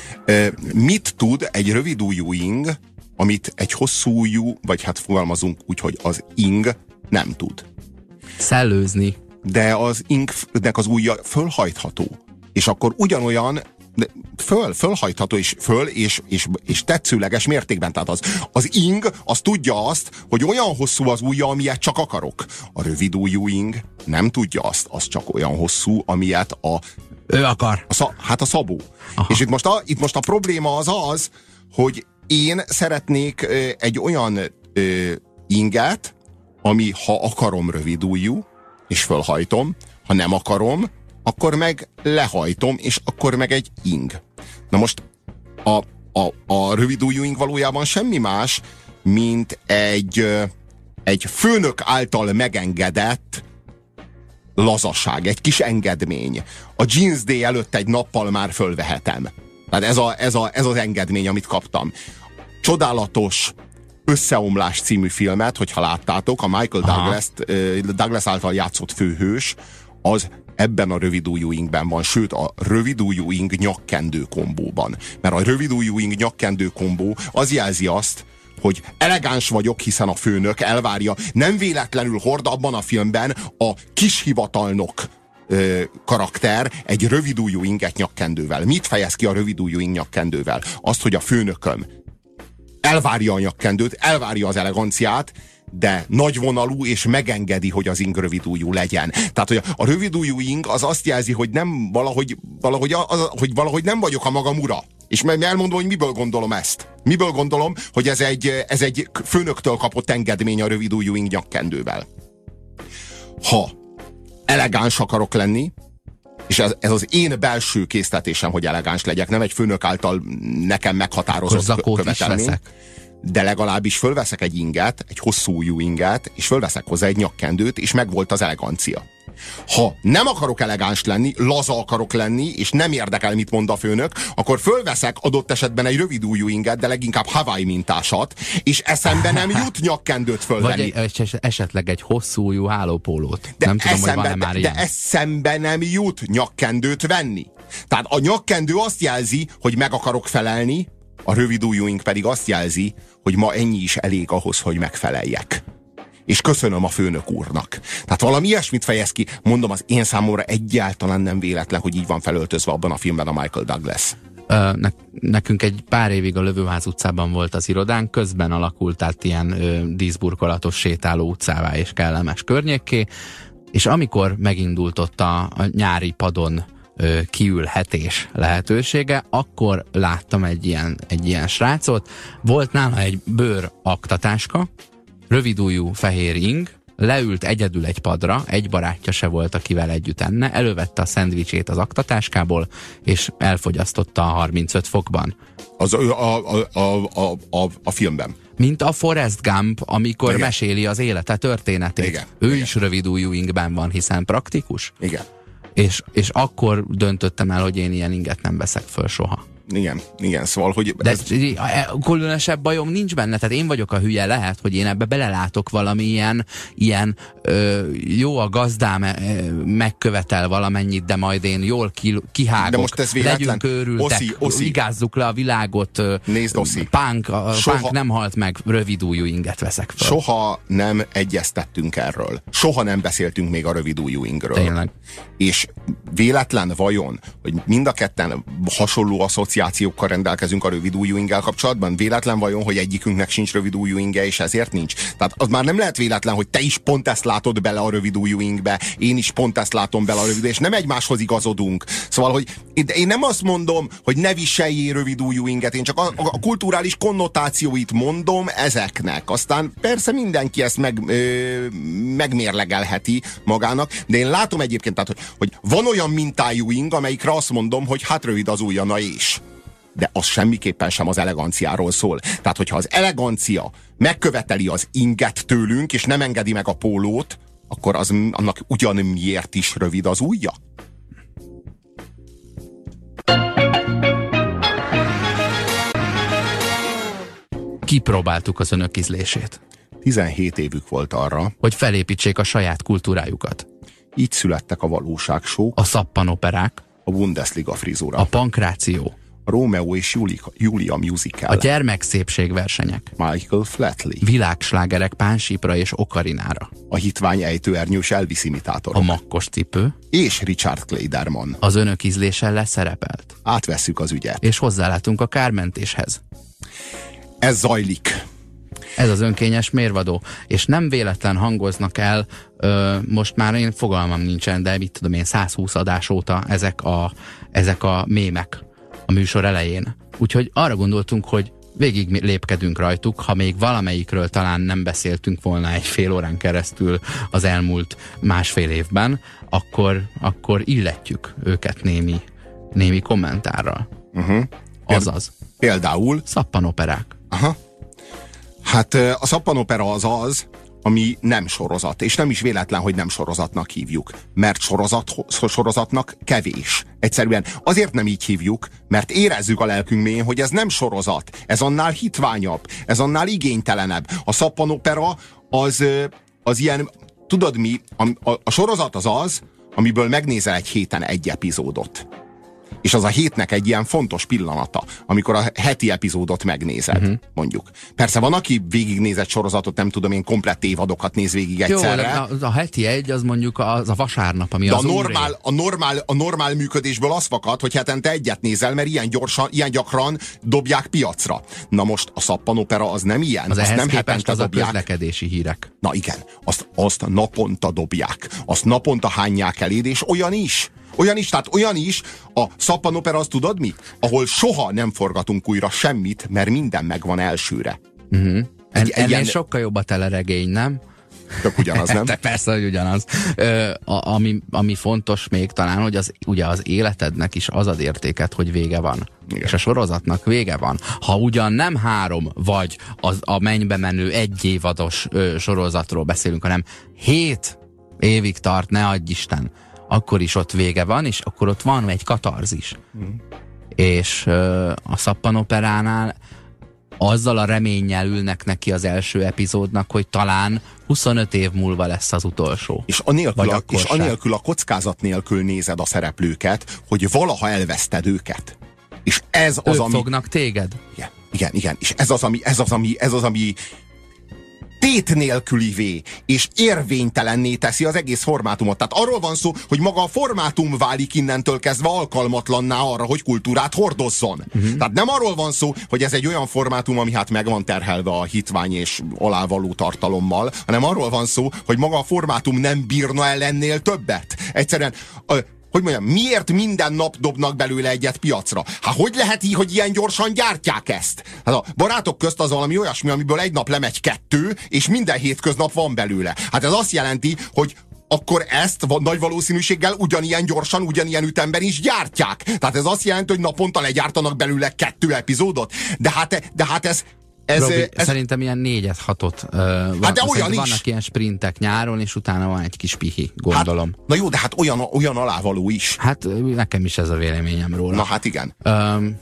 S3: Mit tud egy rövid ujjú ing, amit egy hosszú ujjú, vagy hát fogalmazunk úgy, hogy az ing nem tud?
S2: Szellőzni.
S3: De az ingnek az ujja fölhajtható. És akkor ugyanolyan föl, fölhajtható és föl, és, és, és tetszőleges mértékben. Tehát az, az ing, az tudja azt, hogy olyan hosszú az ujja, amilyet csak akarok. A rövid ujjú ing nem tudja azt, az csak olyan hosszú, amilyet a
S2: ő akar.
S3: A szab, hát a szabó. Aha. És itt most a, itt most a probléma az az, hogy én szeretnék ö, egy olyan ö, inget, ami ha akarom rövidujjú, és fölhajtom, ha nem akarom, akkor meg lehajtom, és akkor meg egy ing. Na most a, a, a rövidujjú ing valójában semmi más, mint egy, ö, egy főnök által megengedett lazaság, egy kis engedmény. A Jeans Day előtt egy nappal már fölvehetem. Tehát ez, a, ez, a, ez az engedmény, amit kaptam. Csodálatos Összeomlás című filmet, hogyha láttátok, a Michael Douglas, Douglas által játszott főhős, az ebben a rövidujjú ingben van, sőt a rövidujjú ing nyakkendő kombóban. Mert a rövidujjú ing nyakkendő kombó az jelzi azt, hogy elegáns vagyok, hiszen a főnök elvárja. Nem véletlenül hord abban a filmben a kishivatalnok ö, karakter egy rövidujjú inget nyakkendővel. Mit fejez ki a rövidujjú ing nyakkendővel? Azt, hogy a főnököm elvárja a nyakkendőt, elvárja az eleganciát, de nagyvonalú, és megengedi, hogy az ing rövidujjú legyen. Tehát, hogy a rövidujjú ing az azt jelzi, hogy nem valahogy, valahogy, az, hogy valahogy nem vagyok a magam ura. És elmondom, hogy miből gondolom ezt. Miből gondolom, hogy ez egy, ez egy főnöktől kapott engedmény a rövidujjú ing nyakkendővel. Ha elegáns akarok lenni, és ez, ez az én belső késztetésem, hogy elegáns legyek, nem egy főnök által nekem meghatározott követelmény, de legalábbis fölveszek egy inget, egy hosszú ujjú inget, és fölveszek hozzá egy nyakkendőt, és megvolt az elegancia. Ha nem akarok elegáns lenni, laza akarok lenni, és nem érdekel, mit mond a főnök, akkor fölveszek adott esetben egy rövid ujjú inget, de leginkább Hawaii mintásat, és eszembe nem jut nyakkendőt fölvenni.
S2: Vagy egy, esetleg egy hosszú ujjú hálópólót.
S3: De
S2: nem tudom,
S3: eszembe,
S2: hogy van-e már
S3: de,
S2: ilyen.
S3: de eszembe nem jut nyakkendőt venni. Tehát a nyakkendő azt jelzi, hogy meg akarok felelni, a rövid ujjú ing pedig azt jelzi, hogy ma ennyi is elég ahhoz, hogy megfeleljek. És köszönöm a főnök úrnak. Tehát valami ilyesmit fejez ki. Mondom, az én számomra egyáltalán nem véletlen, hogy így van felöltözve abban a filmben a Michael Douglas.
S2: Ö, ne, nekünk egy pár évig a Lövőház utcában volt az irodánk, közben alakult át ilyen ö, díszburkolatos sétáló utcává és kellemes környékké, és amikor megindult ott a, a nyári padon ö, kiülhetés lehetősége, akkor láttam egy ilyen, egy ilyen srácot. Volt nála egy bőr aktatáska, rövidujjú fehér ing, leült egyedül egy padra, egy barátja se volt, akivel együtt enne, elővette a szendvicsét az aktatáskából, és elfogyasztotta a harmincöt fokban.
S3: Az a, a, a, a, a, a filmben.
S2: Mint a Forrest Gump, amikor
S3: Igen.
S2: meséli az élete történetét.
S3: Igen.
S2: Ő
S3: Igen.
S2: is rövidujjú ingben van, hiszen praktikus.
S3: Igen.
S2: És, és akkor döntöttem el, hogy én ilyen inget nem veszek föl soha.
S3: Igen, igen, szóval, hogy...
S2: De
S3: ez...
S2: különösebb bajom nincs benne, tehát én vagyok a hülye, lehet, hogy én ebbe belelátok valami ilyen, ilyen ö, jó a gazdám ö, megkövetel valamennyit, de majd én jól ki, kihágok,
S3: de most ez véletlen.
S2: Legyünk őrültek,
S3: Oszi, Oszi.
S2: igázzuk le a világot, ö,
S3: Nézd, Oszi.
S2: pánk, a
S3: Soha...
S2: pánk nem halt meg, rövidujjú inget veszek föl.
S3: Soha nem egyeztettünk erről. Soha nem beszéltünk még a rövidujjú ingről.
S2: Tényleg.
S3: És véletlen vajon, hogy mind a ketten hasonló asszociációkkal rendelkezünk a rövidujjú inggel kapcsolatban? Véletlen vajon, hogy egyikünknek sincs rövidujjú inge, és ezért nincs? Tehát az már nem lehet véletlen, hogy te is pont ezt látod bele a rövidujjú ingbe, én is pont ezt látom bele a rövidujjú, és nem egymáshoz igazodunk. Szóval, hogy én nem azt mondom, hogy ne viseljél rövidujjú inget, én csak a, a kulturális konnotációit mondom ezeknek. Aztán persze mindenki ezt meg, ö, megmérlegelheti magának, de én látom egyébként, tehát, hogy, hogy van olyan mintájú ing, amelyikre azt mondom, hogy hát rövid az ujja, na és. De az semmiképpen sem az eleganciáról szól. Tehát, hogyha az elegancia megköveteli az inget tőlünk, és nem engedi meg a pólót, akkor az, annak ugyan miért is rövid az ujja?
S2: Kipróbáltuk az önök ízlését.
S3: tizenhét évük volt arra,
S2: hogy felépítsék a saját kultúrájukat.
S3: Így születtek a valóságsók,
S2: A szappanoperák,
S3: a Bundesliga frizura,
S2: a pankráció,
S3: a Rómeó és Julia, Julia musical,
S2: a gyermekszépségversenyek,
S3: Michael Flatley,
S2: világslágerek Pánsípra és Okarinára,
S3: a hitvány ejtőernyős Elvis
S2: a
S3: imitátorok,
S2: makkos cipő,
S3: és Richard Clayderman.
S2: az önök ízlése leszerepelt.
S3: Átvesszük az ügyet.
S2: És hozzálátunk a kármentéshez.
S3: Ez zajlik.
S2: Ez az önkényes mérvadó. És nem véletlen hangoznak el, ö, most már én fogalmam nincsen, de mit tudom én, száz húsz adás óta ezek a, ezek a mémek a műsor elején. Úgyhogy arra gondoltunk, hogy végig lépkedünk rajtuk, ha még valamelyikről talán nem beszéltünk volna egy fél órán keresztül az elmúlt másfél évben, akkor, akkor illetjük őket némi, némi kommentárral.
S3: Uh-huh.
S2: Azaz.
S3: Például?
S2: Szappanoperák.
S3: Aha. Hát a szappanopera az az, ami nem sorozat, és nem is véletlen, hogy nem sorozatnak hívjuk, mert sorozat, sorozatnak kevés. Egyszerűen azért nem így hívjuk, mert érezzük a lelkünk mélyén, hogy ez nem sorozat, ez annál hitványabb, ez annál igénytelenebb. A szappanopera az, az ilyen, tudod mi, a, a, a sorozat az az, amiből megnézel egy héten egy epizódot. És az a hétnek egy ilyen fontos pillanata, amikor a heti epizódot megnézed, uh-huh. mondjuk. Persze van, aki végignézett sorozatot, nem tudom én, komplett évadokat néz végig egyszerre.
S2: Jó, a, a heti egy, az mondjuk az a vasárnap, ami
S3: de
S2: az
S3: a normál, a, normál, a normál működésből az fakad, hogy hetente egyet nézel, mert ilyen gyorsan, ilyen gyakran dobják piacra. Na most a szappanopera az nem ilyen.
S2: Az
S3: azt
S2: ehhez
S3: nem
S2: képest az
S3: dobják.
S2: a közlekedési hírek.
S3: Na igen, azt, azt naponta dobják. Azt naponta hányják eléd, és olyan is. Olyan is, tehát olyan is, a szappanopera, azt tudod mi? Ahol soha nem forgatunk újra semmit, mert minden megvan elsőre.
S2: Uh-huh. En,
S3: egy,
S2: ennél
S3: ilyen...
S2: sokkal jobb a teleregény, nem?
S3: Tök ugyanaz, nem?
S2: Te persze, hogy ugyanaz. Ö, a, ami, ami fontos még talán, hogy az, ugye az életednek is az ad értéket, hogy vége van. Igen. És a sorozatnak vége van. Ha ugyan nem három, vagy az a mennybe menő egy évados ö, sorozatról beszélünk, hanem hét évig tart, ne adj Isten, akkor is ott vége van, és akkor ott van egy katarzis. Mm. És ö, a szappanoperánál azzal a reménnyel ülnek neki az első epizódnak, hogy talán huszonöt év múlva lesz az utolsó.
S3: És anélkül, a, és anélkül a kockázat nélkül nézed a szereplőket, hogy valaha elveszted őket. És ez az,
S2: ők
S3: ami...
S2: fognak téged.
S3: Igen, igen, igen. És ez az, ami, ez az, ami, ez az, ami tét nélkülivé és érvénytelenné teszi az egész formátumot. Tehát arról van szó, hogy maga a formátum válik innentől kezdve alkalmatlanná arra, hogy kultúrát hordozzon. Uh-huh. Tehát nem arról van szó, hogy ez egy olyan formátum, ami hát meg van terhelve a hitvány és alávaló tartalommal, hanem arról van szó, hogy maga a formátum nem bírna el ennél többet. Egyszerűen... A, hogy mondjam, miért minden nap dobnak belőle egyet piacra? Hát hogy lehet így, hogy ilyen gyorsan gyártják ezt? Hát a barátok közt az valami olyasmi, amiből egy nap lemegy kettő, és minden hétköznap van belőle. Hát ez azt jelenti, hogy akkor ezt nagy valószínűséggel ugyanilyen gyorsan, ugyanilyen ütemben is gyártják. Tehát ez azt jelenti, hogy naponta legyártanak belőle kettő epizódot. De hát, de hát ez... Ez,
S2: Robi,
S3: ez,
S2: szerintem ilyen négyet, hatot. Uh, van,
S3: hát de olyan is.
S2: Vannak ilyen sprintek nyáron, és utána van egy kis pihi, gondolom.
S3: Hát, na jó, de hát olyan, olyan alávaló is.
S2: Hát nekem is ez a véleményem róla.
S3: Na hát igen.
S2: Um,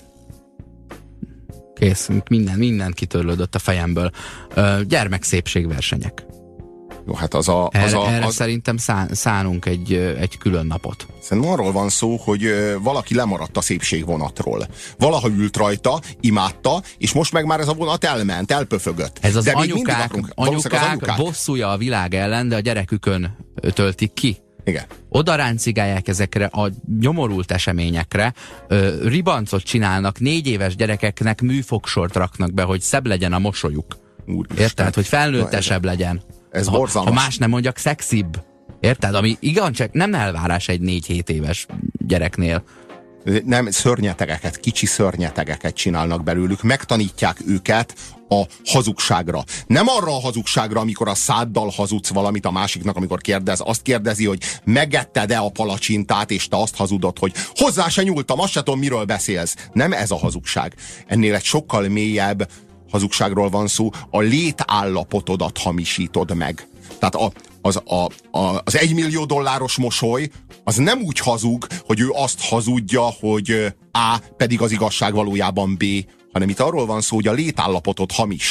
S2: kész, minden, minden kitörlődött a fejemből. Uh, gyermekszépségversenyek.
S3: Jó, hát az a... Az
S2: erre
S3: a
S2: erre
S3: az...
S2: szerintem szán, szánunk egy, egy külön napot.
S3: Szerintem arról van szó, hogy valaki lemaradt a szépségvonatról. Valaha ült rajta, imádta, és most meg már ez a vonat elment, elpöfögött.
S2: Ez az
S3: de
S2: anyukák,
S3: akarunk,
S2: anyukák,
S3: az anyukák
S2: bosszúja a világ ellen, de a gyerekükön töltik ki.
S3: Igen.
S2: Oda ráncigálják ezekre a nyomorult eseményekre, ö, ribancot csinálnak, négy éves gyerekeknek műfogsort raknak be, hogy szebb legyen a mosolyuk.
S3: Úristen.
S2: Érted? Hogy felnőttesebb legyen.
S3: Ez
S2: ha,
S3: borzalmas.
S2: ha más nem mondjak, szexibb. Érted? Ami igen, csak nem elvárás egy négy-hét éves gyereknél.
S3: Nem, szörnyetegeket, kicsi szörnyetegeket csinálnak belőlük, megtanítják őket a hazugságra. Nem arra a hazugságra, amikor a száddal hazudsz valamit a másiknak, amikor kérdez, azt kérdezi, hogy megetted-e a palacsintát, és te azt hazudod, hogy hozzá se nyúltam, azt se tudom, miről beszélsz. Nem ez a hazugság. Ennél egy sokkal mélyebb hazugságról van szó, a létállapotodat hamisítod meg. Tehát a, az, a, a, az egymillió dolláros mosoly, az nem úgy hazug, hogy ő azt hazudja, hogy A, pedig az igazság valójában B, hanem itt arról van szó, hogy a létállapotot hamis.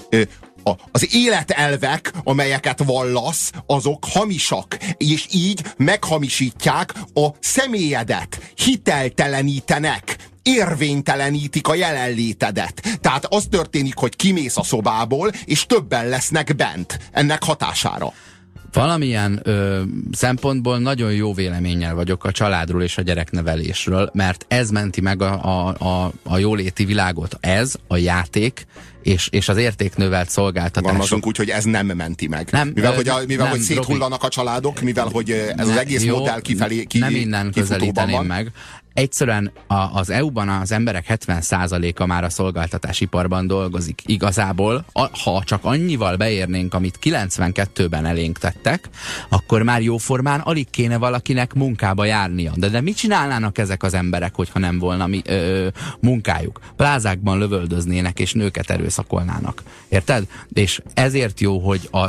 S3: A, az életelvek, amelyeket vallasz, azok hamisak, és így meghamisítják a személyedet, hiteltelenítenek, érvénytelenítik a jelenlétedet. Tehát az történik, hogy kimész a szobából, és többen lesznek bent ennek hatására.
S2: Valamilyen ö, szempontból nagyon jó véleménnyel vagyok a családról és a gyereknevelésről, mert ez menti meg a, a, a, a jóléti világot. Ez, a játék és, és az értéknövelt szolgáltatások.
S3: Vannak úgy, hogy ez nem menti meg.
S2: Nem,
S3: mivel
S2: ö,
S3: hogy, a, mivel,
S2: nem,
S3: hogy széthullanak a családok, mivel hogy ez
S2: ne,
S3: az egész
S2: jó,
S3: modell kifelé ki,
S2: nem innen közelíteném meg. Egyszerűen a, az é u-ban az emberek hetven százaléka már a szolgáltatásiparban dolgozik. Igazából, a, ha csak annyival beérnénk, amit kilencvenkettőben elénk tettek, akkor már jóformán alig kéne valakinek munkába járnia. De, de mit csinálnának ezek az emberek, hogyha nem volna mi, ö, munkájuk? Plázákban lövöldöznének és nőket erőszakolnának. Érted? És ezért jó, hogy a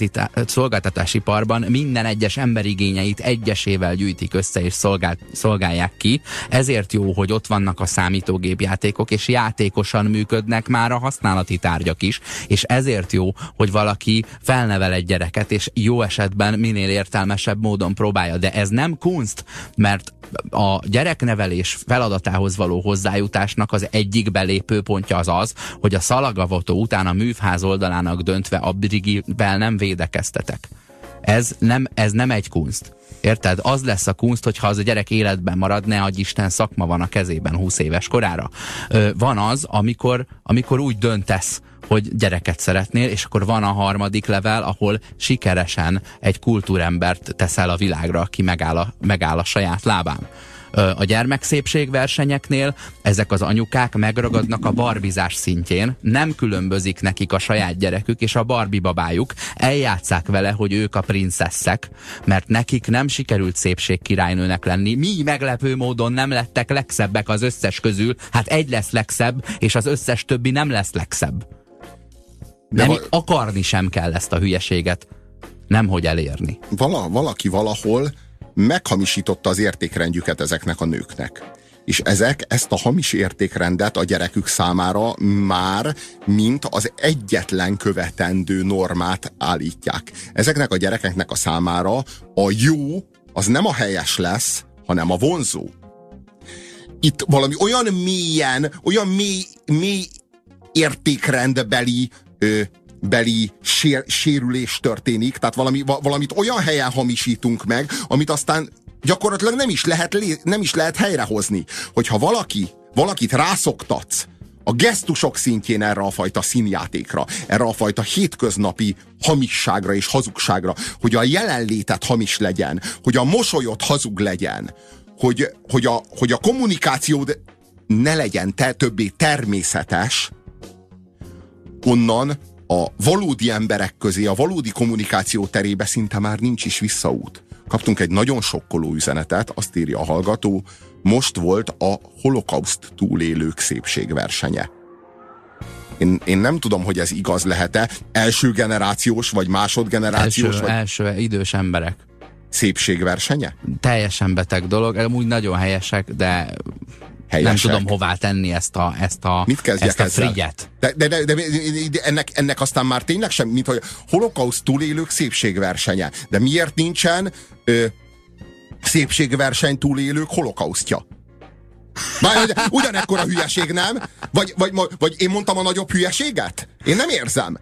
S2: szolgáltatásiparban minden egyes emberigényeit egyesével gyűjtik össze és szolgál, szolgálják ki. Ezért jó, hogy ott vannak a számítógépjátékok, és játékosan működnek már a használati tárgyak is, és ezért jó, hogy valaki felnevel egy gyereket, és jó esetben minél értelmesebb módon próbálja, de ez nem kunst, mert a gyereknevelés feladatához való hozzájutásnak az egyik belépőpontja az az, hogy a szalagavató után a művház oldalának döntve a brigivel nem védekeztetek. Ez nem, ez nem egy kunst. Érted? Az lesz a kunst, hogyha az a gyerek életben marad, ne adj Isten, szakma van a kezében húsz éves korára. Ö, van az, amikor, amikor úgy döntesz, hogy gyereket szeretnél, és akkor van a harmadik level, ahol sikeresen egy kultúrembert teszel a világra, aki megáll a, megáll a saját lábán. A gyermekszépségversenyeknél ezek az anyukák megragadnak a barbizás szintjén, nem különbözik nekik a saját gyerekük és a Barbie babájuk, eljátszák vele, hogy ők a princesszek, mert nekik nem sikerült szépségkirálynőnek lenni, mi meglepő módon nem lettek legszebbek az összes közül, hát egy lesz legszebb, és az összes többi nem lesz legszebb. Nem val- akarni sem kell ezt a hülyeséget, nemhogy elérni.
S3: Vala, valaki valahol meghamisította az értékrendjüket ezeknek a nőknek. És ezek ezt a hamis értékrendet a gyerekük számára már mint az egyetlen követendő normát állítják. Ezeknek a gyerekeknek a számára a jó az nem a helyes lesz, hanem a vonzó. Itt valami olyan mélyen, olyan mély, mély értékrendbeli ö, beli sér, sérülés történik, tehát valami, valamit olyan helyen hamisítunk meg, amit aztán gyakorlatilag nem is lehet, nem is lehet helyrehozni. Hogyha valaki, valakit rászoktatsz a gesztusok szintjén erre a fajta színjátékra, erre a fajta hétköznapi hamisságra és hazugságra, hogy a jelenlétet hamis legyen, hogy a mosolyod hazug legyen, hogy, hogy, a, hogy a kommunikációd ne legyen te többé természetes, onnan a valódi emberek közé, a valódi kommunikáció terébe szinte már nincs is visszaút. Kaptunk egy nagyon sokkoló üzenetet, azt írja a hallgató, most volt a holokauszt túlélők szépségversenye. Én, én nem tudom, hogy ez igaz lehet-e. Első generációs, vagy másodgenerációs,
S2: első,
S3: vagy...
S2: első idős emberek.
S3: Szépségversenye?
S2: Teljesen beteg dolog, amúgy nagyon helyesek, de... Helyesek. Nem tudom hová tenni ezt a, ezt a, ezt a frigyet.
S3: De, de, de, de, de ennek, ennek aztán már tényleg sem, mint hogy holokauszt túlélők szépségversenye. De miért nincsen ö, szépségverseny túlélők holokausztja? Már ugyanekkora hülyeség, nem? Vagy, vagy, vagy én mondtam a nagyobb hülyeséget? Én nem érzem.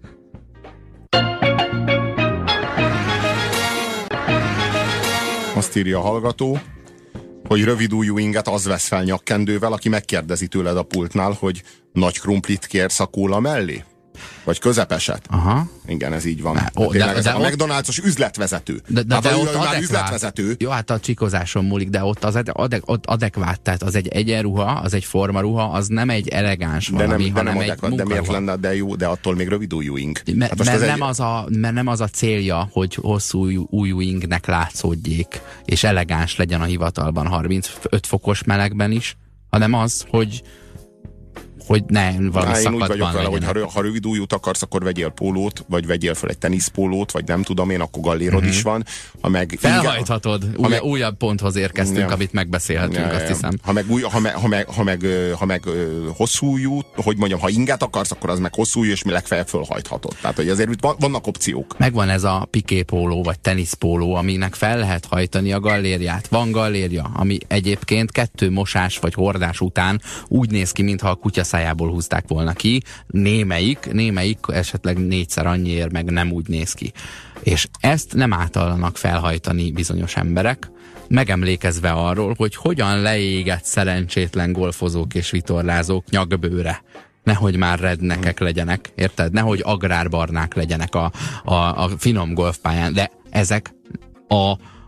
S3: Azt írja a hallgató, hogy rövidújú inget az vesz fel nyakkendővel, aki megkérdezi tőled a pultnál, hogy nagy krumplit kérsz a kóla mellé? Vagy közepeset?
S2: Aha.
S3: Igen, ez így van.
S2: De, ó,
S3: tényleg,
S2: de,
S3: ez
S2: de
S3: a
S2: ott...
S3: McDonald's-os üzletvezető.
S2: De, de,
S3: hát,
S2: de ott
S3: már
S2: adekvát.
S3: üzletvezető.
S2: Jó, hát a csikozáson múlik, de ott az adek, ott adekvát, tehát az egy egyenruha, az egy formaruha, az nem egy elegáns
S3: de
S2: valami,
S3: nem, de
S2: hanem
S3: nem
S2: egy
S3: adekvát, de miért lenne, de jó, de attól még rövidújú ing.
S2: Me,
S3: hát
S2: mert,
S3: az
S2: nem
S3: egy...
S2: az a, mert nem az a célja, hogy hosszú újú ingnek látszódjék, és elegáns legyen a hivatalban harmincöt fokos melegben is, hanem az, hogy hogy hogy ne valami
S3: Há, én úgy vagyok
S2: szakadban
S3: vele, hogy
S2: legyenek.
S3: ha, ha rövid ujjút akarsz, akkor vegyél pólót, vagy vegyél fel egy teniszpólót, vagy nem tudom én, akkor gallérod uh-huh. is van. Ha meg
S2: Felhajthatod.
S3: ha
S2: Új,
S3: meg,
S2: újabb ponthoz érkeztünk,
S3: ja.
S2: amit megbeszélhetünk,
S3: ja,
S2: azt
S3: ja.
S2: hiszem.
S3: Ha meg, új, ha meg, ha meg, ha meg, ha meg hosszú ujjú, hogy mondjam, ha inget akarsz, akkor az meg hosszú ujjú, és mi legfeljebb fölhajthatod. Tehát, hogy azért itt vannak opciók.
S2: Megvan ez a piképóló, vagy teniszpóló, aminek fel lehet hajtani a gallérját. Van gallérja, ami egyébként kettő mosás vagy hordás után úgy néz ki, mintha a kutya szájából húzták volna ki. Némelyik, némelyik esetleg négyszer annyiért meg nem úgy néz ki. És ezt nem átallanak felhajtani bizonyos emberek, megemlékezve arról, hogy hogyan leégett szerencsétlen golfozók és vitorlázók nyakbőre. Nehogy már rednekek legyenek, érted? Nehogy agrárbarnák legyenek a, a, a finom golfpályán, de ezek a,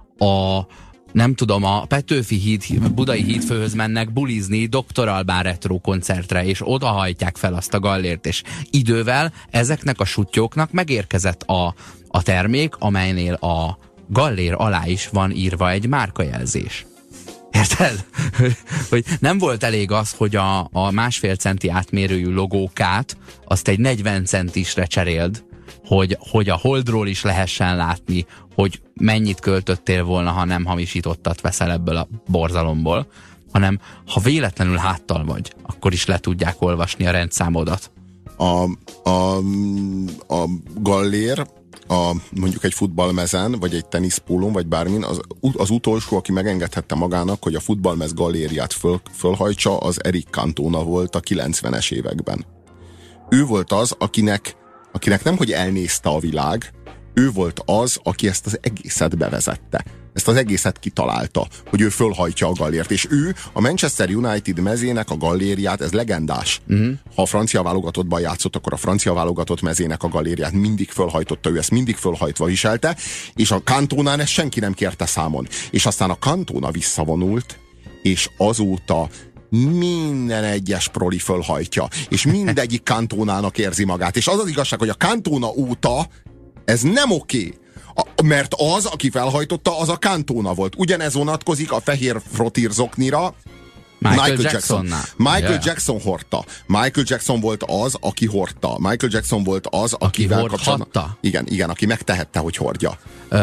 S2: a nem tudom, a Petőfi híd, Budai hídfőhöz mennek bulizni doktor Albán retro koncertre, és odahajtják fel azt a gallért, és idővel ezeknek a sutyóknak megérkezett a, a termék, amelynél a gallér alá is van írva egy márkajelzés. Érted? Hogy nem volt elég az, hogy a, a másfél centi átmérőjű logókát azt egy negyven centisre cseréld, hogy, hogy a holdról is lehessen látni, hogy mennyit költöttél volna, ha nem hamisítottat veszel ebből a borzalomból, hanem ha véletlenül háttal vagy, akkor is le tudják olvasni a rendszámodat.
S3: A, a, a gallér, a, mondjuk egy futballmezen, vagy egy teniszpólón, vagy bármin, az, az utolsó, aki megengedhette magának, hogy a futballmez gallériát föl, fölhajtsa, az Eric Cantona volt a kilencvenes években. Ő volt az, akinek, akinek nemhogy elnézte a világ, ő volt az, aki ezt az egészet bevezette. Ezt az egészet kitalálta, hogy ő fölhajtja a gallért. És ő a Manchester United mezének a gallériát, ez legendás. Uh-huh. Ha a francia válogatottban játszott, akkor a francia válogatott mezének a gallériát mindig fölhajtotta, ő ezt mindig fölhajtva viselte, és a Cantonán ezt senki nem kérte számon. És aztán a Cantona visszavonult, és azóta minden egyes proli fölhajtja, és mindegyik Cantonának érzi magát. És az az igazság, hogy a Cantona óta ez nem oké. A, mert az, aki felhajtotta, az a Cantona volt. Ugyanez vonatkozik a fehér frotírzoknira,
S2: Michael, Michael Jackson.
S3: Michael
S2: yeah.
S3: Jackson hordta. Michael Jackson volt az, aki hordta. Michael Jackson volt az,
S2: aki
S3: akivel
S2: hordhatta.
S3: Igen, igen, aki megtehette, hogy hordja.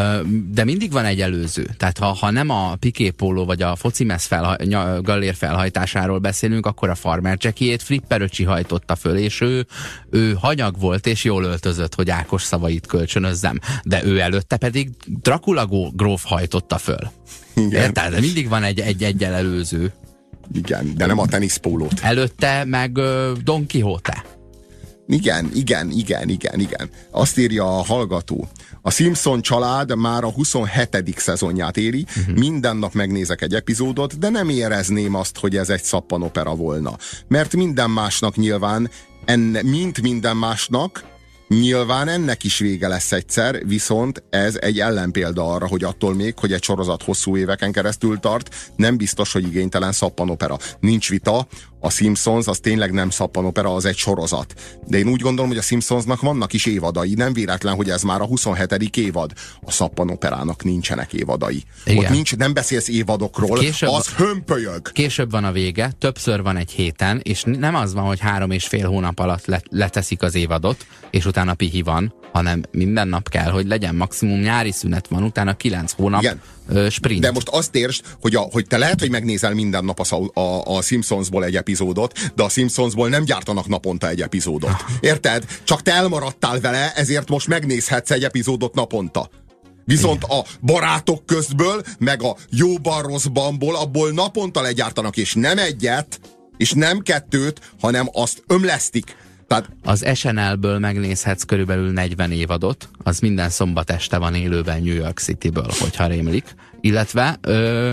S2: De mindig van egy előző. Tehát ha, ha nem a piképóló vagy a focimez felhaj, gallér felhajtásáról beszélünk, akkor a Farmer Jackie-ét Flipper öcsi hajtotta föl, és ő, ő hanyag volt, és jól öltözött, hogy Ákos szavait kölcsönözzem. De ő előtte pedig Dracula gróf hajtotta föl. Érted? De mindig van egy, egy egyel előző.
S3: Igen, de nem a teniszpólót.
S2: Előtte meg uh, Don Quixote.
S3: Igen, igen, igen, igen, igen. Azt írja a hallgató. A Simpson család már a huszonhetedik szezonját éli, uh-huh. Minden nap megnézek egy epizódot, de nem érezném azt, hogy ez egy szappanopera volna. Mert minden másnak nyilván, enne, mint minden másnak, nyilván ennek is vége lesz egyszer, viszont ez egy ellenpélda arra, hogy attól még, hogy egy sorozat hosszú éveken keresztül tart, nem biztos, hogy igénytelen szappanopera. Nincs vita, a Simpsons az tényleg nem szappanopera, az egy sorozat. De én úgy gondolom, hogy a Simpsonsnak vannak is évadai, nem véletlen, hogy ez már a huszonhetedik évad. A szappanoperának nincsenek évadai. Igen. Ott nincs, nem beszélsz évadokról, később, az hömpölyög.
S2: Később van a vége, többször van egy héten, és nem az van, hogy három és fél hónap alatt le, leteszik az évadot, és utána pihi van, hanem minden nap kell, hogy legyen, maximum nyári szünet van, utána kilenc hónap. Igen. Sprint.
S3: De most azt értsd, hogy, a, hogy te lehet, hogy megnézel minden nap a, a, a Simpsonsból egy epizódot, de a Simpsonsból nem gyártanak naponta egy epizódot. Érted? Csak te elmaradtál vele, ezért most megnézhetsz egy epizódot naponta. Viszont a barátok közből, meg a jóban rosszbanból, abból naponta legyártanak, és nem egyet, és nem kettőt, hanem azt ömlesztik. Tehát
S2: az es en el-ből megnézhetsz körülbelül negyven évadot, az minden szombat este van élőben New York Cityből, hogyha rémlik. Illetve ö,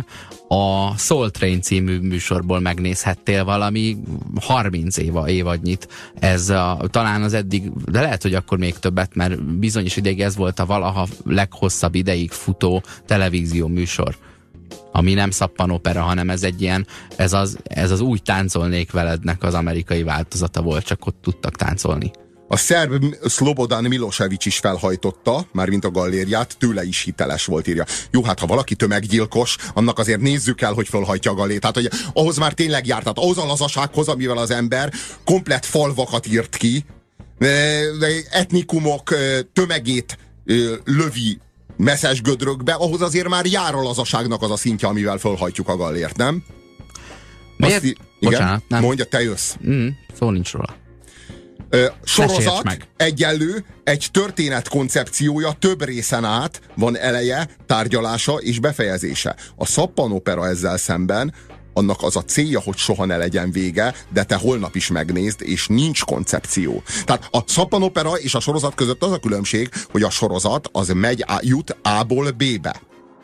S2: a Soul Train című műsorból megnézhettél valami harminc éva, évadnyit. Ez a, talán az eddig, de lehet, hogy akkor még többet, mert bizonyos ideig ez volt a valaha leghosszabb ideig futó televízió műsor. Ami nem szappanopera, hanem ez egy ilyen, ez az, ez az Úgy táncolnék velednek az amerikai változata volt, csak ott tudtak táncolni.
S3: A szerb Slobodan Milosevic is felhajtotta, mármint a gallériát, tőle is hiteles volt, írja. Jó, hát ha valaki tömeggyilkos, annak azért nézzük el, hogy felhajtja a gallériát. Tehát, hogy ahhoz már tényleg járt, tehát ahhoz a lazasághoz, amivel az ember komplett falvakat írt ki, etnikumok tömegét lövi messzes gödrökbe, ahhoz azért már jár a lazaságnak az a szintje, amivel felhajtjuk a gallért, nem?
S2: Miért?
S3: Azt,
S2: Bocsánat, nem.
S3: Mondja, te jössz.
S2: Mm, szó nincs róla.
S3: Ö, sorozat egyenlő, egy történet koncepciója több részen át van eleje, tárgyalása és befejezése. A szappanopera ezzel szemben annak az a célja, hogy soha ne legyen vége, de te holnap is megnézd, és nincs koncepció. Tehát a szappanopera és a sorozat között az a különbség, hogy a sorozat az megy, jut A-ból B-be.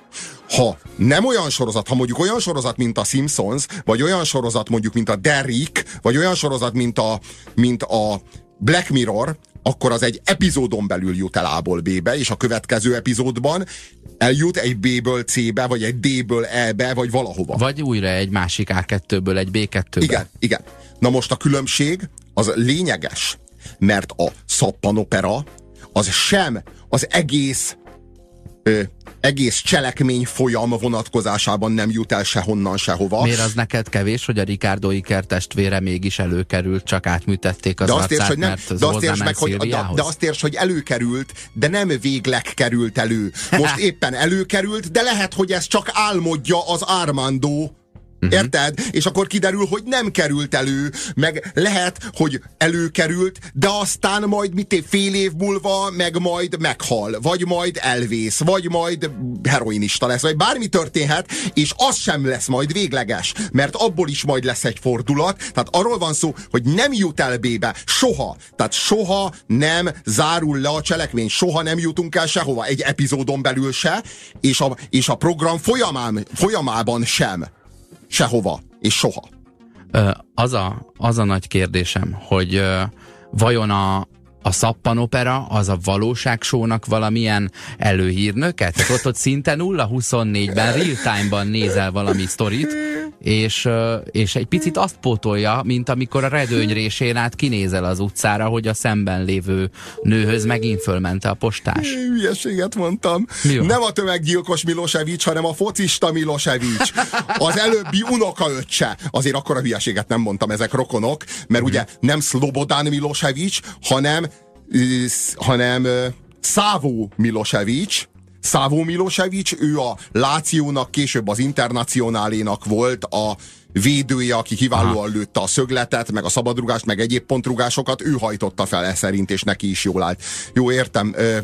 S3: Ha nem olyan sorozat, ha mondjuk olyan sorozat, mint a Simpsons, vagy olyan sorozat mondjuk, mint a Derrick, vagy olyan sorozat, mint a, mint a Black Mirror, akkor az egy epizódon belül jut el A-ból B-be, és a következő epizódban eljut egy B-ből C-be, vagy egy D-ből E-be, vagy valahova.
S2: Vagy újra egy másik á kettőből egy bé kettőbe.
S3: Igen, igen. Na most a különbség az lényeges, mert a szappanopera az sem az egész ö, egész cselekmény folyam vonatkozásában nem jut el sehonnan, sehova.
S2: Miért az neked kevés, hogy a Ricardo Iker testvére mégis előkerült, csak átműtették az
S3: de
S2: arcát,
S3: érts, hogy nem,
S2: mert az
S3: de azt érts meg, hogy, de, de azt érts, hogy előkerült, de nem végleg került elő. Most éppen előkerült, de lehet, hogy ez csak álmodja az Armando. Uh-huh. Érted? És akkor kiderül, hogy nem került elő, meg lehet, hogy előkerült, de aztán majd mit fél év múlva meg majd meghal, vagy majd elvész, vagy majd heroinista lesz, vagy bármi történhet, és az sem lesz majd végleges, mert abból is majd lesz egy fordulat. Tehát arról van szó, hogy nem jut el B-be, soha. Tehát soha nem zárul le a cselekmény, soha nem jutunk el sehova, egy epizódon belül se, és a, és a program folyamán, folyamában sem. Sehova, és soha.
S2: Az a, az a nagy kérdésem, hogy vajon a, a szappanopera az a valóságsónak valamilyen előhírnöke? Tehát ott, ott szinte nulla huszonnégyben real time-ban nézel valami sztorit, és, és egy picit azt pótolja, mint amikor a redőnyrésén át kinézel az utcára, hogy a szemben lévő nőhöz megint fölmente a postás.
S3: Hülyeséget mondtam. Nem a tömeggyilkos Milosevic, hanem a focista Milosevic. Az előbbi unokaöccse. Azért akkora hülyeséget nem mondtam, ezek rokonok, mert ugye nem Slobodan Milosevic, hanem, hanem Szávó Milosevic. Szávó Milosevic, ő a Lációnak, később az Internacionálénak volt a védője, aki kiválóan lőtte a szögletet, meg a szabadrugást, meg egyéb pontrugásokat, ő hajtotta fel e szerint, és neki is jól állt. Jó, értem. Ö,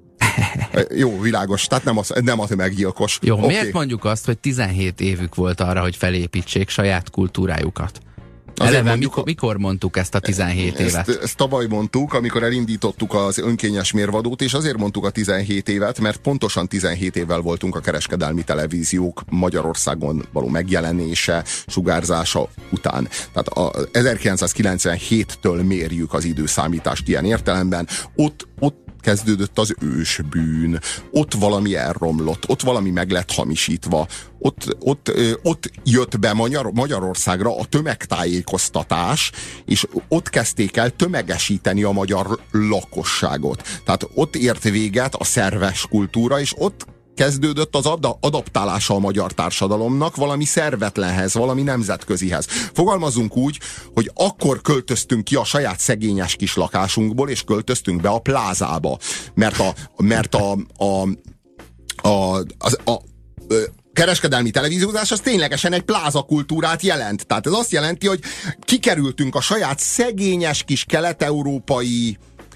S3: jó, világos. Tehát nem a, nem a tömeggyilkos.
S2: Jó,
S3: okay.
S2: Miért mondjuk azt, hogy tizenhét évük volt arra, hogy felépítsék saját kultúrájukat? Eleve mikor, mikor mondtuk ezt a tizenhét évet?
S3: Ezt, ezt tavaly mondtuk, amikor elindítottuk az önkényes mérvadót, és azért mondtuk a tizenhét évet, mert pontosan tizenhét évvel voltunk a kereskedelmi televíziók Magyarországon való megjelenése, sugárzása után. Tehát a ezerkilencszázkilencvenhéttől mérjük az időszámítást ilyen értelemben. Ott, ott kezdődött az ősbűn, ott valami elromlott, ott valami meg lett hamisítva, ott, ott, ott jött be Magyar, Magyarországra a tömegtájékoztatás, és ott kezdték el tömegesíteni a magyar lakosságot. Tehát ott ért véget a szerves kultúra, és ott kezdődött az ad- adaptálása a magyar társadalomnak valami szervetlenhez, valami nemzetközihez. Fogalmazunk úgy, hogy akkor költöztünk ki a saját szegényes kis lakásunkból, és költöztünk be a plázába. Mert a, mert a, a, a, a, a, a kereskedelmi televíziózás az ténylegesen egy plázakultúrát jelent. Tehát ez azt jelenti, hogy kikerültünk a saját szegényes kis kelet-európai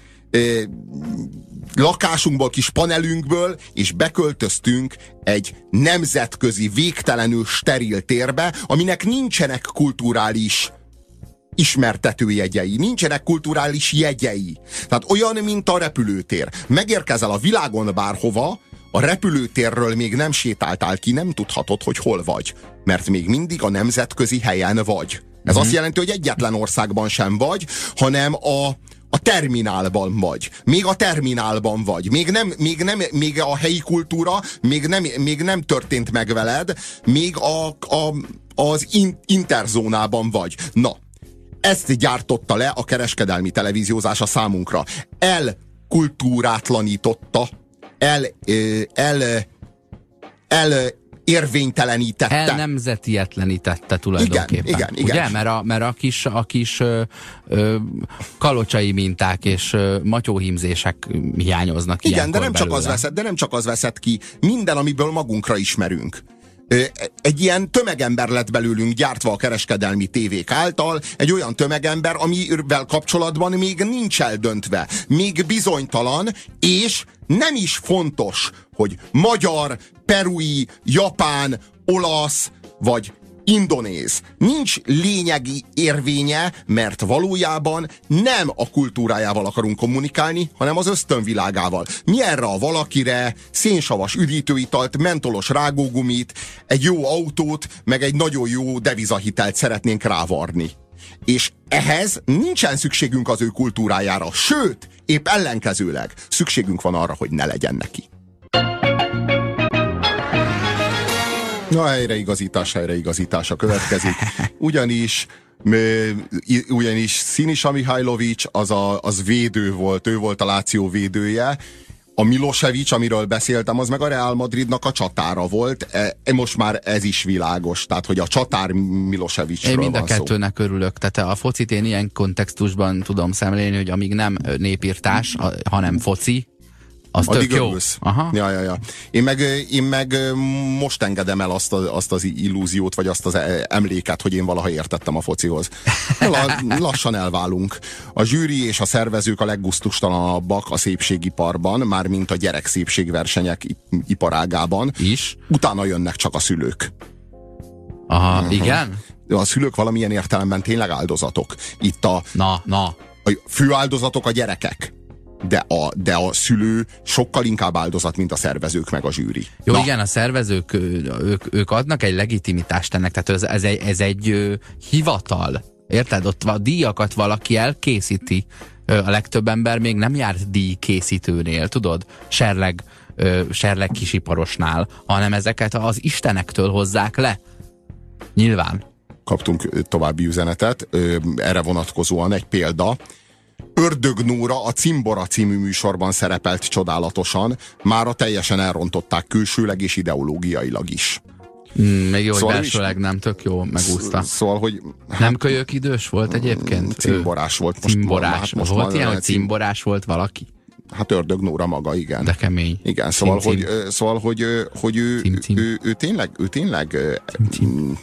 S3: lakásunkból, kis panelünkből, és beköltöztünk egy nemzetközi, végtelenül steril térbe, aminek nincsenek kulturális ismertetőjegyei, nincsenek kulturális jegyei. Tehát olyan, mint a repülőtér. Megérkezel a világon bárhova, a repülőtérről még nem sétáltál ki, nem tudhatod, hogy hol vagy. Mert még mindig a nemzetközi helyen vagy. Ez mm. azt jelenti, hogy egyetlen országban sem vagy, hanem a A terminálban vagy. Még a terminálban vagy. Még, nem, még, nem, még a helyi kultúra még nem, még nem történt meg veled, még a, a, az in, interzónában vagy. Na, ezt gyártotta le a kereskedelmi televíziózás a számunkra. Elkultúrátlanította, el, el, el érvénytelenítette.
S2: Elnemzetietlenítette tulajdonképpen.
S3: Igen, igen, igen.
S2: Ugye? Mert a, mert a kis, a kis ö, ö, kalocsai minták és ö, matyóhímzések hiányoznak.
S3: Igen, de nem, csak az veszett, de nem csak az veszett ki. Minden, amiből magunkra ismerünk. Egy ilyen tömegember lett belőlünk gyártva a kereskedelmi tévék által, egy olyan tömegember, amivel kapcsolatban még nincs eldöntve, még bizonytalan, és nem is fontos, hogy magyar, perui, japán, olasz vagy indonéz. Nincs lényegi érvénye, mert valójában nem a kultúrájával akarunk kommunikálni, hanem az ösztönvilágával. Mi erre a valakire szénsavas üdítőitalt, mentolos rágógumit, egy jó autót, meg egy nagyon jó devizahitelt szeretnénk rávarni. És ehhez nincsen szükségünk az ő kultúrájára, sőt, épp ellenkezőleg szükségünk van arra, hogy ne legyen neki. Na, helyreigazítás, helyreigazítása következik. Ugyanis, ugyanis Sinisa Mihajlovics az, a, az védő volt, ő volt a Láció védője. A Milosevic, amiről beszéltem, az meg a Real Madridnak a csatára volt. E, most már ez is világos, tehát hogy a csatár Milosevicről van szó.
S2: Én mind a kettőnek örülök. Tehát a focit én ilyen kontextusban tudom szemlélni, hogy amíg nem népírtás, hanem foci, az
S3: addig
S2: tök jó.
S3: Aha. Ja, ja, ja. Én, meg, én meg most engedem el azt, a, azt az illúziót, vagy azt az emléket, hogy én valaha értettem a focihoz. Lassan elválunk. A zsűri és a szervezők a leggusztustalanabbak a szépségiparban, mármint a gyerek szépségversenyek iparágában.
S2: Is?
S3: Utána jönnek csak a szülők.
S2: Aha, uh-huh. Igen?
S3: A szülők valamilyen értelemben tényleg áldozatok. Itt a,
S2: na, na.
S3: a fő áldozatok a gyerekek. De a, de a szülő sokkal inkább áldozat, mint a szervezők meg a zsűri.
S2: Jó,
S3: Na.
S2: igen, a szervezők, ők, ők adnak egy legitimitást ennek, tehát ez, ez egy, ez egy ö, hivatal. Érted? Ott a díjakat valaki elkészíti. A legtöbb ember még nem járt díjkészítőnél, tudod? Serleg, ö, serleg kisiparosnál, hanem ezeket az istenektől hozzák le. Nyilván.
S3: Kaptunk további üzenetet, ö, erre vonatkozóan egy példa. Ördög Nóra a Cimbora című műsorban szerepelt csodálatosan, mára teljesen elrontották külsőleg és ideológiailag is.
S2: Mm, még jó, szóval hogy belsőleg nem, tök jó, megúszta.
S3: Szóval, hogy... Hát,
S2: nem kölyök idős volt egyébként?
S3: Cimborás volt.
S2: Most cimborás.
S3: Hát most
S2: volt ilyen, hogy
S3: cím...
S2: cimborás volt valaki?
S3: Hát Ördög Nóra maga, igen.
S2: De kemény.
S3: Igen, szóval,
S2: cím,
S3: hogy,
S2: cím.
S3: szóval, hogy, hogy ő,
S2: cím, cím.
S3: Ő, ő tényleg, ő tényleg
S2: cím, cím.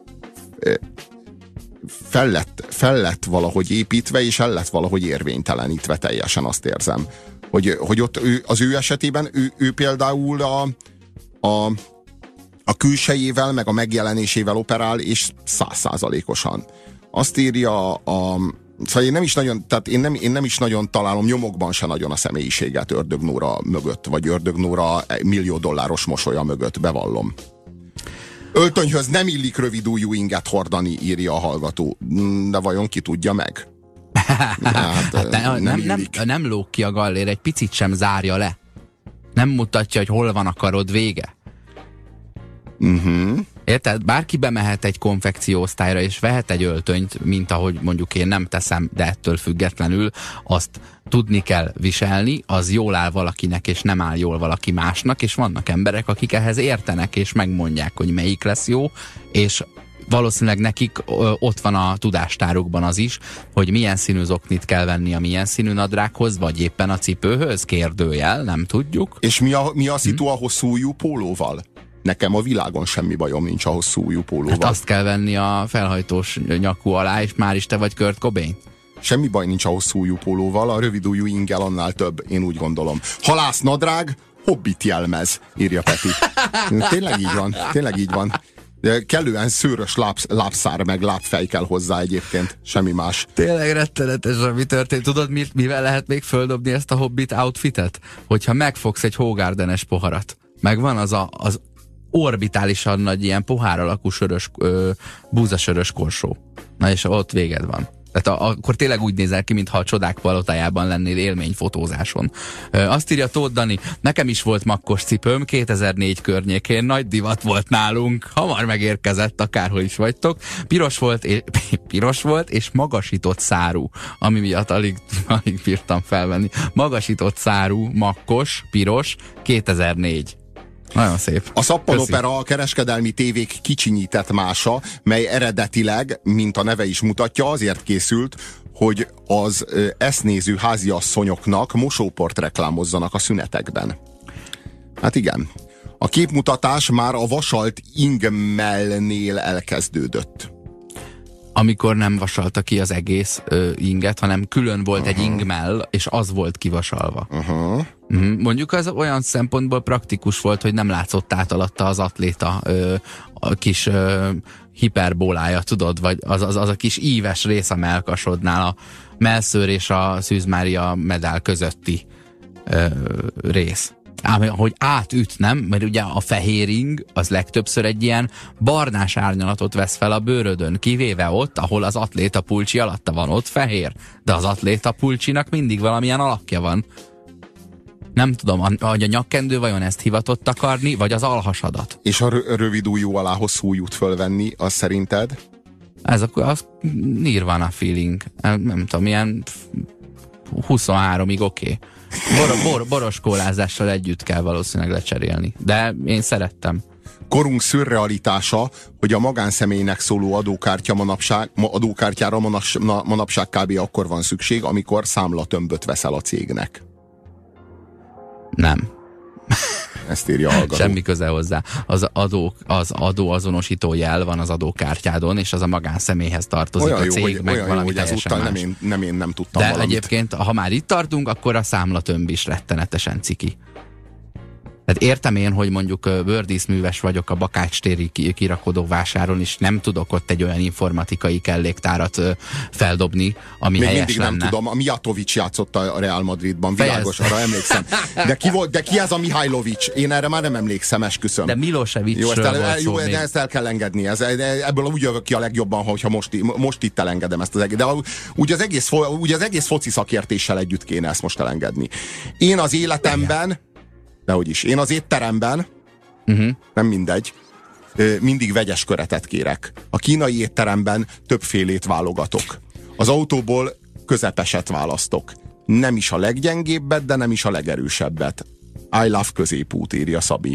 S3: Fel, lett, fel lett valahogy építve, és el lett valahogy érvénytelenítve, teljesen azt érzem. Hogy, hogy ott ő, az ő esetében ő, ő például a, a, a külsejével, meg a megjelenésével operál, és százszázalékosan. Azt írja a... Szóval én nem is nagyon, tehát én nem, én nem is nagyon találom nyomokban se nagyon a személyiséget Ördög Nóra mögött, vagy Ördög Nóra millió dolláros mosolya mögött, bevallom. Öltönyhöz nem illik rövidújú inget hordani, írja a hallgató. De vajon ki tudja meg?
S2: Hát, hát ne, nem, nem, nem, nem lóg ki a gallér, egy picit sem zárja le. Nem mutatja, hogy hol van a karod vége.
S3: Uh-huh.
S2: Érted? Bárki bemehet egy konfekcióosztályra és vehet egy öltönyt, mint ahogy mondjuk én nem teszem, de ettől függetlenül azt tudni kell viselni, az jól áll valakinek, és nem áll jól valaki másnak, és vannak emberek, akik ehhez értenek, és megmondják, hogy melyik lesz jó, és valószínűleg nekik ö, ott van a tudástárukban az is, hogy milyen színű zoknit kell venni a milyen színű nadrághoz, vagy éppen a cipőhöz, kérdőjel, nem tudjuk.
S3: És mi a, mi a szitu a hosszú ujjú pólóval? Nekem a világon semmi bajom nincs a hosszú ujjú pólóval.
S2: Hát azt kell venni a felhajtós nyakú alá, és már is te vagy Kurt Cobain.
S3: Semmi baj nincs a hosszú ujjú pólóval, a rövid ujjú ingel annál több, én úgy gondolom. Halásznadrág, hobbit jelmez, írja Peti. Tényleg így van, tényleg így van. De kellően szőrös lábsz, lábszár meg lábfej kell hozzá egyébként, semmi más.
S2: Tényleg rettenetes, ami történt. Tudod, mit, mivel lehet még földobni ezt a hobbit outfitet? Hogyha megfogsz egy hógárdenes poharat, meg van az a, az orbitálisan nagy ilyen pohár alakú sörös, ö, búzasörös korsó. Na és ott véged van. Tehát a, akkor tényleg úgy nézel ki, mintha a csodák palotájában lennél élményfotózáson. Ö, azt írja Tóth Dani, nekem is volt makkos cipőm, kétezer-négy környékén nagy divat volt nálunk, hamar megérkezett, akárhol is vagytok. Piros volt, és, piros volt és magasított szárú, ami miatt alig, alig bírtam felvenni. Magasított szárú, makkos, piros, kétezer-négy. Nagyon szép.
S3: A szappanopera a kereskedelmi tévék kicsinyített mása, mely eredetileg, mint a neve is mutatja, azért készült, hogy az ezt néző háziasszonyoknak mosóport reklámozzanak a szünetekben. Hát igen. A képmutatás már a vasalt ingmellnél elkezdődött.
S2: Amikor nem vasalta ki az egész ö, inget, hanem külön volt uh-huh. egy ingmell, és az volt kivasalva.
S3: Uh-huh.
S2: Uh-huh. Mondjuk az olyan szempontból praktikus volt, hogy nem látszott át alatta az atléta ö, a kis ö, hiperbólája, tudod, vagy az, az, az a kis íves rész a mellkasodnál, a mellszőr és a Szűz Mária medál közötti ö, rész. Ám, hogy átüt, nem? Mert ugye a fehér ing az legtöbbször egy ilyen barnás árnyalatot vesz fel a bőrödön, kivéve ott, ahol az atléta pulcsi alatta van, ott fehér. De az atléta pulcsinak mindig valamilyen alakja van. Nem tudom, hogy a nyakkendő vajon ezt hivatott takarni, vagy az alhasadat.
S3: És a rövid ujjú alá hosszú ujjút fölvenni, az szerinted?
S2: Ez akkor az Nirvana feeling. Nem tudom, ilyen huszonháromig oké. Okay. Bor, bor, boroskólázással együtt kell valószínűleg lecserélni. De én szerettem.
S3: Korunk szürrealitása, hogy a magánszemélynek szóló adókártya manapság, adókártyára manas, manapság kb. Akkor van szükség, amikor számlatömböt veszel a cégnek.
S2: Nem.
S3: Ezt írja a hallgató.
S2: Semmi köze hozzá. Az adó, az adóazonosító jel van az adókártyádon, és az a magánszemélyhez tartozik.
S3: Olyan
S2: a
S3: jó,
S2: cég
S3: hogy,
S2: meg
S3: olyan
S2: valami
S3: jó, hogy ezúttal nem én, nem én nem tudtam
S2: De
S3: valamit.
S2: egyébként, ha már itt tartunk, akkor a számlatömb is rettenetesen ciki. Tehát értem én, hogy mondjuk bőrdíszműves vagyok a Bakács-téri kirakodó vásáron, és nem tudok ott egy olyan informatikai kelléktárat feldobni, ami
S3: Még
S2: helyes
S3: mindig
S2: lenne.
S3: nem tudom, a Mijatovic játszott a Real Madridban, világos, arra emlékszem. De ki, volt, de ki ez a Mihajlovic? Én erre már nem emlékszem, esküszöm.
S2: De Milosevic-ről
S3: jó, ezt el,
S2: volt
S3: jó,
S2: szó
S3: de ezt el kell engedni. Ez, ebből úgy jövök ki a legjobban, hogyha most, most itt elengedem ezt az egész. De úgy az egész, úgy az egész foci szakértéssel együtt kéne ezt most elengedni. Én az életemben Dehogy is. Én az étteremben, uh-huh. nem mindegy, mindig vegyes köretet kérek. A kínai étteremben többfélét válogatok. Az autóból közepeset választok. Nem is a leggyengébbet, de nem is a legerősebbet. I love középút, írja Szabi.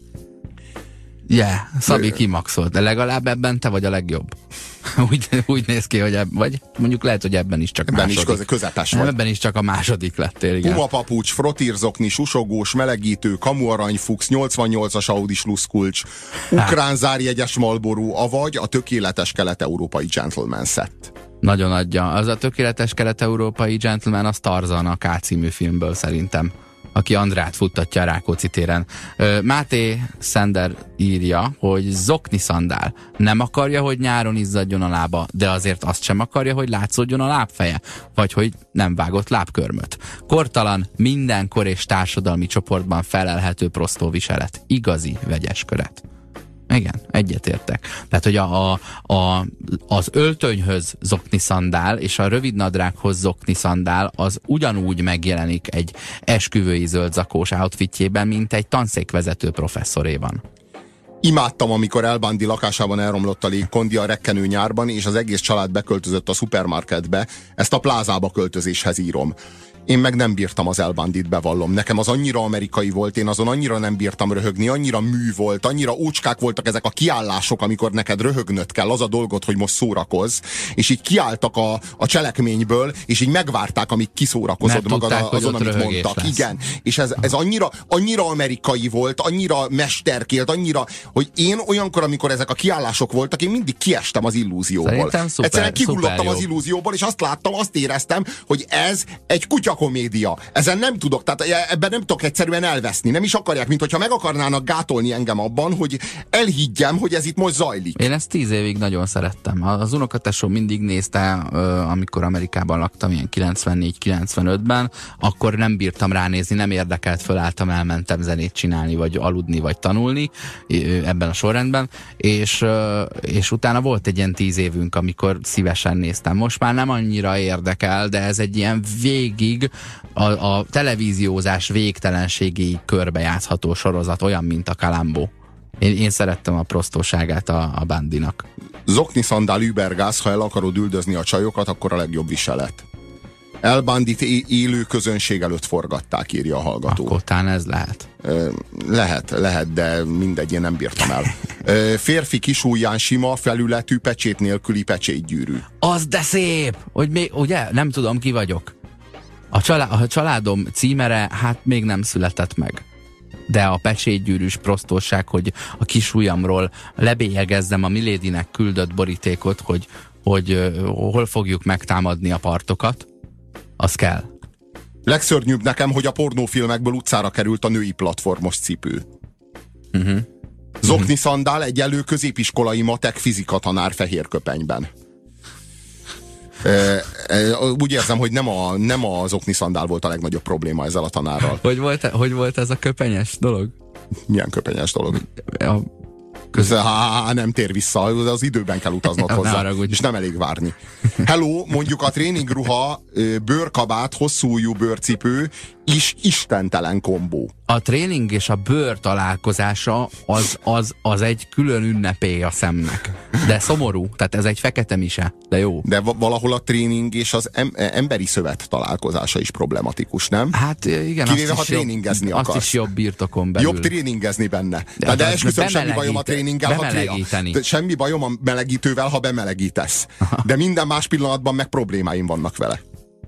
S2: Yeah, Szabi kimaxolt, de legalább ebben te vagy a legjobb. úgy, úgy néz ki, hogy ebben, vagy mondjuk lehet, hogy ebben is csak
S3: ebben
S2: második.
S3: Is közepes
S2: nem,
S3: vagy.
S2: Ebben is csak a második lettél, igen.
S3: Puma papucs, frotírzokni, susogós, melegítő, kamuaranyfuchs, nyolcvannyolcas Audi sluszkulcs, ukrán zárjegyes Marlboro, avagy a tökéletes kelet-európai gentleman set.
S2: Nagyon adja. Az a tökéletes kelet-európai gentleman az Tarzan, a K című filmből szerintem, aki Andrát futtatja a Rákóczi téren. Máté Szender írja, hogy zokni szandál. Nem akarja, hogy nyáron izzadjon a lába, de azért azt sem akarja, hogy látszódjon a lábfeje, vagy hogy nem vágott lábkörmöt. Kortalan, mindenkor és társadalmi csoportban felelhető prostóviselet. Igazi vegyes köret. Igen, egyetértek. Tehát, hogy a, a, a, az öltönyhöz zokni szandál és a rövidnadrághoz zokni szandál az ugyanúgy megjelenik egy esküvői zöldzakós outfitjében, mint egy tanszékvezető professzoréban.
S3: Imádtam, amikor El Bundy lakásában elromlott a légkondi a rekkenő nyárban, és az egész család beköltözött a szupermarketbe. Ezt a plázába költözéshez írom. Én meg nem bírtam az El Bundyt, bevallom. Nekem az annyira amerikai volt, én azon annyira nem bírtam röhögni, annyira mű volt, annyira ócskák voltak ezek a kiállások, amikor neked röhögnöd kell, az a dolgod, hogy most szórakozz, és így kiálltak a, a cselekményből, és így megvárták, amíg kiszórakozod magad tudták, azon, amit mondtak. Lesz. Igen, és ez, ez annyira, annyira amerikai volt, annyira mesterkélt, annyira, hogy én olyankor, amikor ezek a kiállások voltak, én mindig kiestem az illúzióból.
S2: Szerintem szuper,
S3: Egyszerűen kigullottam
S2: szuper
S3: az illúzióból, és azt láttam, azt éreztem, hogy ez egy kutya kutya komédia. Ezen nem tudok, tehát ebben nem tudok egyszerűen elveszni. Nem is akarják, mint hogyha meg akarnának gátolni engem abban, hogy elhiggyem, hogy ez itt most zajlik.
S2: Én ezt tíz évig nagyon szerettem. Az unokatesóm mindig nézte, amikor Amerikában laktam, ilyen kilencvennégy kilencvenötben, akkor nem bírtam ránézni, nem érdekelt, fölálltam, elmentem zenét csinálni, vagy aludni, vagy tanulni ebben a sorrendben, és, és utána volt egy ilyen tíz évünk, amikor szívesen néztem. Most már nem annyira érdekel, de ez egy ilyen végig a, a televíziózás végtelenségéig körbejátszható sorozat, olyan, mint a Columbo. Én, én szerettem a prostóságát a, a Bundynak.
S3: Zokni szandál übergáz, ha el akarod üldözni a csajokat, akkor a legjobb viselet. El Bundyt élő közönség előtt forgatták, írja a hallgató.
S2: Akkor talán ez lehet.
S3: Lehet, lehet, de mindegy, én nem bírtam el. Férfi kisújján sima, felületű, pecsét nélküli pecsétgyűrű.
S2: Az de szép! Hogy még, ugye? Nem tudom, ki vagyok. A, csalá a családom címere, hát még nem született meg. De a pecsétgyűrűs prostóság, hogy a kisujjamról lebélyegezzem a Milédinek küldött borítékot, hogy, hogy uh, hol fogjuk megtámadni a partokat, az kell.
S3: Legszörnyűbb nekem, hogy a pornófilmekből utcára került a női platformos cipő.
S2: Uh-huh.
S3: Zokni
S2: uh-huh.
S3: szandál, egyelő középiskolai matek fizika tanár fehér köpenyben. E, e, úgy érzem, hogy nem, a, nem a zokni szandál volt a legnagyobb probléma ezzel a tanárral.
S2: Hogy volt, hogy volt ez a köpenyes dolog?
S3: Milyen köpenyes dolog?
S2: A
S3: Köz... Há, nem tér vissza, az időben kell utaznod hozzá, ne és nem elég várni. Hello, mondjuk a tréningruha, bőrkabát, hosszújú bőrcipő is istentelen kombó.
S2: A tréning és a bőr találkozása az, az, az egy külön ünnepé a szemnek. De szomorú, tehát ez egy fekete mise, de jó.
S3: De valahol a tréning és az em emberi szövet találkozása is problematikus, nem?
S2: Hát igen,
S3: kivéve,
S2: azt
S3: ha tréningezni
S2: jobb,
S3: akarsz.
S2: azt is jobb birtokon belül.
S3: Jobb tréningezni benne. De,
S2: de,
S3: de esküszöm, semmi bajom a tréninggel, ha
S2: bemelegíteni.
S3: Semmi bajom a melegítővel, ha bemelegítesz. Aha. De minden más pillanatban meg problémáim vannak vele.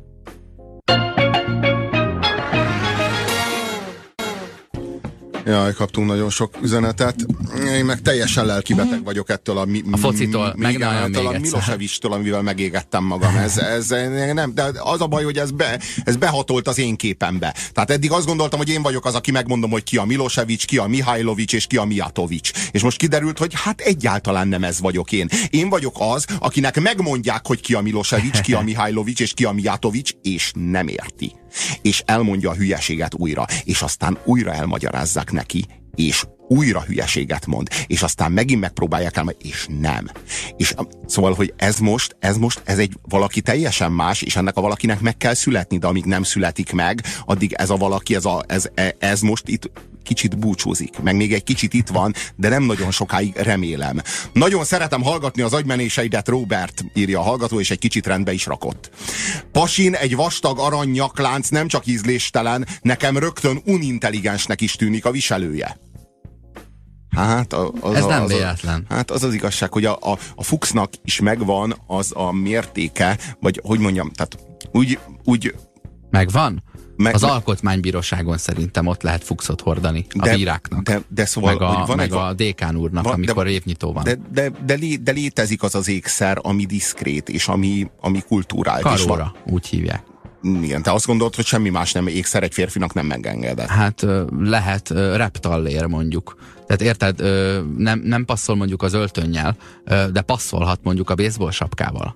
S3: Jaj, kaptunk nagyon sok üzenetet. Én meg teljesen lelkibeteg vagyok ettől a, mi,
S2: a focitól, meg
S3: igen, ettől a Milosevictől, amivel megégettem magam. Ez, ez, nem, de az a baj, hogy ez, be, ez behatolt az én képembe. Tehát eddig azt gondoltam, hogy én vagyok az, aki megmondom, hogy ki a Milosevic, ki a Mihajlovics és ki a Mijatovics. És most kiderült, hogy hát egyáltalán nem ez vagyok én. Én vagyok az, akinek megmondják, hogy ki a Milosevic, ki a Mihajlovics és ki a Mijatovics, és nem érti. És elmondja a hülyeséget újra, és aztán újra elmagyarázzák neki, és újra hülyeséget mond, és aztán megint megpróbálják el, és nem. És szóval, hogy ez most, ez most, ez egy valaki teljesen más, és ennek a valakinek meg kell születni, de amíg nem születik meg, addig ez a valaki, ez, a, ez, ez most itt kicsit búcsúzik, meg még egy kicsit itt van, de nem nagyon sokáig, remélem. Nagyon szeretem hallgatni az agymenéseidet, Robert, írja a hallgató, és egy kicsit rendbe is rakott. Pasin egy vastag arany nyaklánc nem csak ízléstelen, nekem rögtön unintelligensnek is tűnik a viselője. Hát az,
S2: ez
S3: a,
S2: nem
S3: az,
S2: véletlen.
S3: Hát az az igazság, hogy a, a, a Fuchsnak is megvan az a mértéke, vagy hogy mondjam, tehát úgy... úgy
S2: megvan?
S3: Meg,
S2: az
S3: meg,
S2: alkotmánybíróságon szerintem ott lehet Fuchsot hordani a
S3: de,
S2: bíráknak.
S3: De, de szóval,
S2: meg a,
S3: hogy van
S2: meg
S3: egy,
S2: a dékán úrnak, van, amikor de, évnyitó van.
S3: De, de, de, lé, de létezik az az ékszer, ami diszkrét, és ami, ami kultúrált.
S2: Karóra, úgy hívják.
S3: Igen, te azt gondolod, hogy semmi más nem ékszer egy férfinak nem megengedett.
S2: Hát lehet reptallér mondjuk. Tehát érted, nem, nem passzol mondjuk az öltönnyel, de passzolhat mondjuk a baseball sapkával.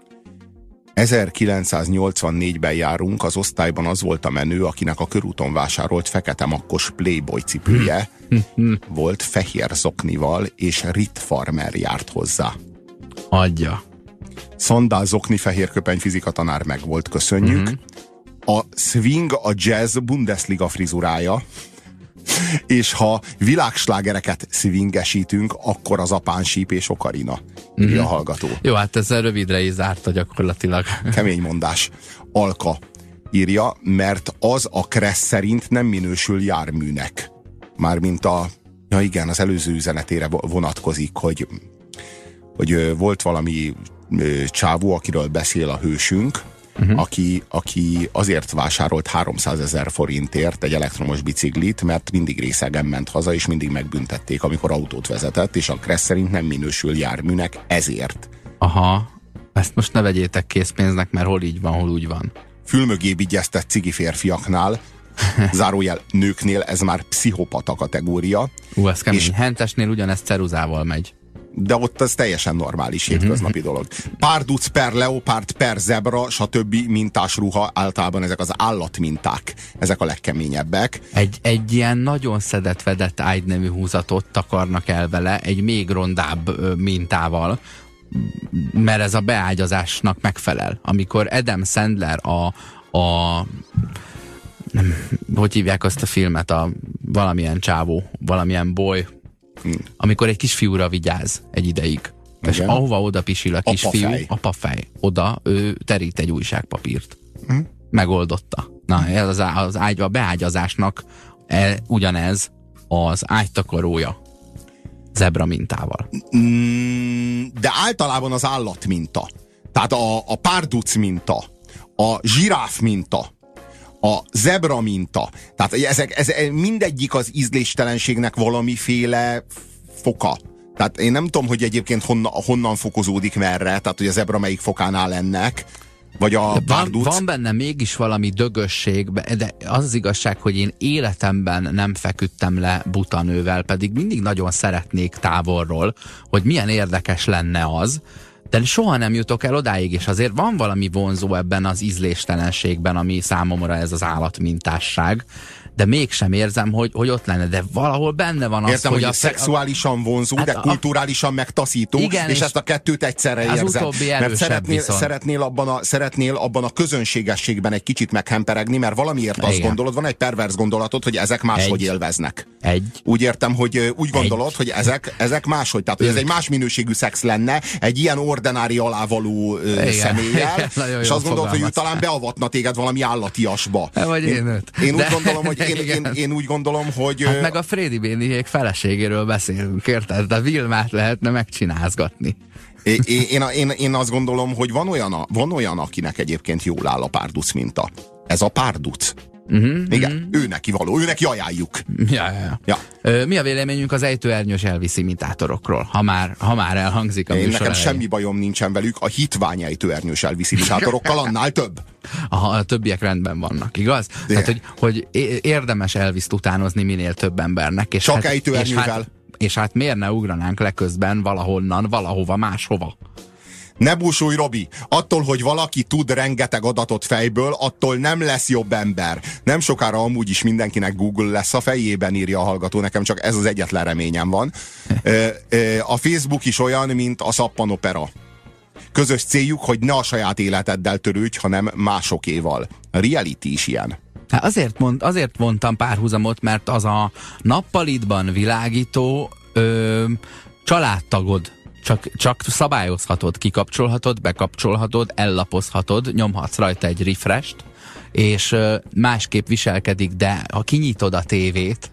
S3: ezerkilencszáznyolcvannégyben járunk, az osztályban az volt a menő, akinek a körúton vásárolt fekete makkos Playboy cipője volt fehér zoknival, és Rit Farmer járt hozzá.
S2: Adja.
S3: Szandál zokni fehér köpeny fizika tanár meg volt, köszönjük. Uh-huh. A swing a jazz Bundesliga frizurája, és ha világslágereket swingesítünk, akkor az apán síp és okarina, írja uh-huh. a hallgató.
S2: Jó, hát ezzel rövidre is zárta gyakorlatilag.
S3: Kemény mondás. Alka írja, mert az a Kressz szerint nem minősül járműnek. Mármint a, ja igen, az előző üzenetére vonatkozik, hogy, hogy volt valami csávó, akiről beszél a hősünk, uh-huh. aki, aki azért vásárolt háromszázezer forintért egy elektromos biciklit, mert mindig részegen ment haza, és mindig megbüntették, amikor autót vezetett, és a Kressz szerint nem minősül járműnek ezért.
S2: Aha, ezt most ne vegyétek készpénznek, mert hol így van, hol úgy van.
S3: fülmögé vigyeztett cigi férfiaknál, zárójel nőknél ez már pszichopata kategória.
S2: Ú, ez kemény.
S3: És-
S2: Hentesnél ugyanezt ceruzával megy.
S3: De ott az teljesen normális hétköznapi dolog. Párduc per leopárd per zebra, stb. Mintás ruha, általában ezek az állatminták. Ezek a legkeményebbek.
S2: Egy, egy ilyen nagyon szedett-vedett ágynemű húzatot takarnak el vele, egy még rondább ö, mintával, mert ez a beágyazásnak megfelel. Amikor Adam Sandler a, a nem, hogy hívják azt a filmet, a valamilyen csávó, valamilyen boy,
S3: Hmm.
S2: amikor egy kisfiúra vigyáz egy ideig. És
S3: Igen.
S2: ahova oda pisil a kisfiú,
S3: Apafej.
S2: apafej, oda ő terít egy újságpapírt.
S3: Hmm.
S2: Megoldotta. Na, ez az, á- az ágy, a beágyazásnak e, ugyanez az ágytakarója. Zebra mintával.
S3: Mm, de általában az állatminta. Tehát a, a párduc minta, a zsiráf minta, a zebra minta. Tehát ezek, ez, mindegyik az ízléstelenségnek valamiféle foka. Tehát én nem tudom, hogy egyébként honna, honnan fokozódik merre, tehát hogy a zebra melyik fokán áll ennek, vagy a
S2: Van,
S3: párduc.
S2: van benne mégis valami dögösség, de az az igazság, hogy én életemben nem feküdtem le butanővel, pedig mindig nagyon szeretnék távolról, hogy milyen érdekes lenne az, de soha nem jutok el odáig, és azért van valami vonzó ebben az ízléstelenségben, ami számomra ez az állatmintásság, de mégsem érzem, hogy, hogy ott lenne, de valahol benne van az,
S3: Értem,
S2: hogy,
S3: hogy
S2: a,
S3: szexuálisan vonzó,
S2: Hát
S3: de
S2: a-
S3: kulturálisan megtaszító,
S2: Igen,
S3: és
S2: és
S3: ezt a kettőt egyszerre
S2: az
S3: érzed.
S2: utóbbi
S3: Mert
S2: erősebb
S3: szeretnél,
S2: viszont.
S3: szeretnél, abban a, szeretnél abban a közönségességben egy kicsit meghemperegni, mert valamiért azt
S2: Igen.
S3: gondolod, van egy perverz gondolatod, hogy ezek máshogy
S2: Egy.
S3: élveznek.
S2: egy,
S3: Úgy értem, hogy ö, úgy gondolod, hogy ezek, ezek máshogy. Tehát, hogy ez egy más minőségű szex lenne, egy ilyen ordinári alávaló ö,
S2: Igen.
S3: személlyel,
S2: Igen, nagyon
S3: és
S2: jól
S3: azt gondolod, hogy ő
S2: fogalmaztál.
S3: talán beavatna téged valami állatiasba.
S2: Nem vagy én őt.
S3: Én úgy
S2: De-
S3: gondolom, hogy én, én,
S2: Igen.
S3: én úgy gondolom, hogy
S2: Hát
S3: ö,
S2: meg a Frédi Béniék feleségéről beszélünk, érted? De Vilmát lehetne megcsinázgatni.
S3: Én, én, én, én azt gondolom, hogy van olyan, a- van olyan, akinek egyébként jól áll a párduc minta. Ez a párduc.
S2: Uh-huh,
S3: Igen, uh-huh. ő neki való, ő neki ajánljuk.
S2: Ja, ja, ja.
S3: Ja.
S2: Ö, mi a véleményünk az ejtőernyős Elvis imitátorokról, ha már, ha már elhangzik a
S3: Én
S2: műsor
S3: nekem
S2: elején?
S3: semmi bajom nincsen velük, a hitvány ejtőernyős Elvis imitátorokkal annál több.
S2: Aha, a többiek rendben vannak, igaz?
S3: De.
S2: Tehát, hogy, hogy é- érdemes Elvist utánozni minél több embernek. És
S3: Csak
S2: hát, és
S3: ejtőernyővel.
S2: hát, és hát miért ne ugranánk le közben valahonnan, valahova, máshova?
S3: Ne búsulj, Robi! Attól, hogy valaki tud rengeteg adatot fejből, attól nem lesz jobb ember. Nem sokára amúgy is mindenkinek Google lesz a fejében, írja a hallgató, nekem csak ez az egyetlen reményem van. Ö, ö, a Facebook is olyan, mint a szappanopera. Közös céljuk, hogy ne a saját életeddel törődj, hanem másokéval. A reality is ilyen.
S2: Hát azért, mond, azért mondtam párhuzamot, mert az a nappalitban világító ö, családtagod. Csak, csak szabályozhatod, kikapcsolhatod, bekapcsolhatod, ellapozhatod, nyomhatsz rajta egy refresh-t, és ö, másképp viselkedik, de ha kinyitod a tévét,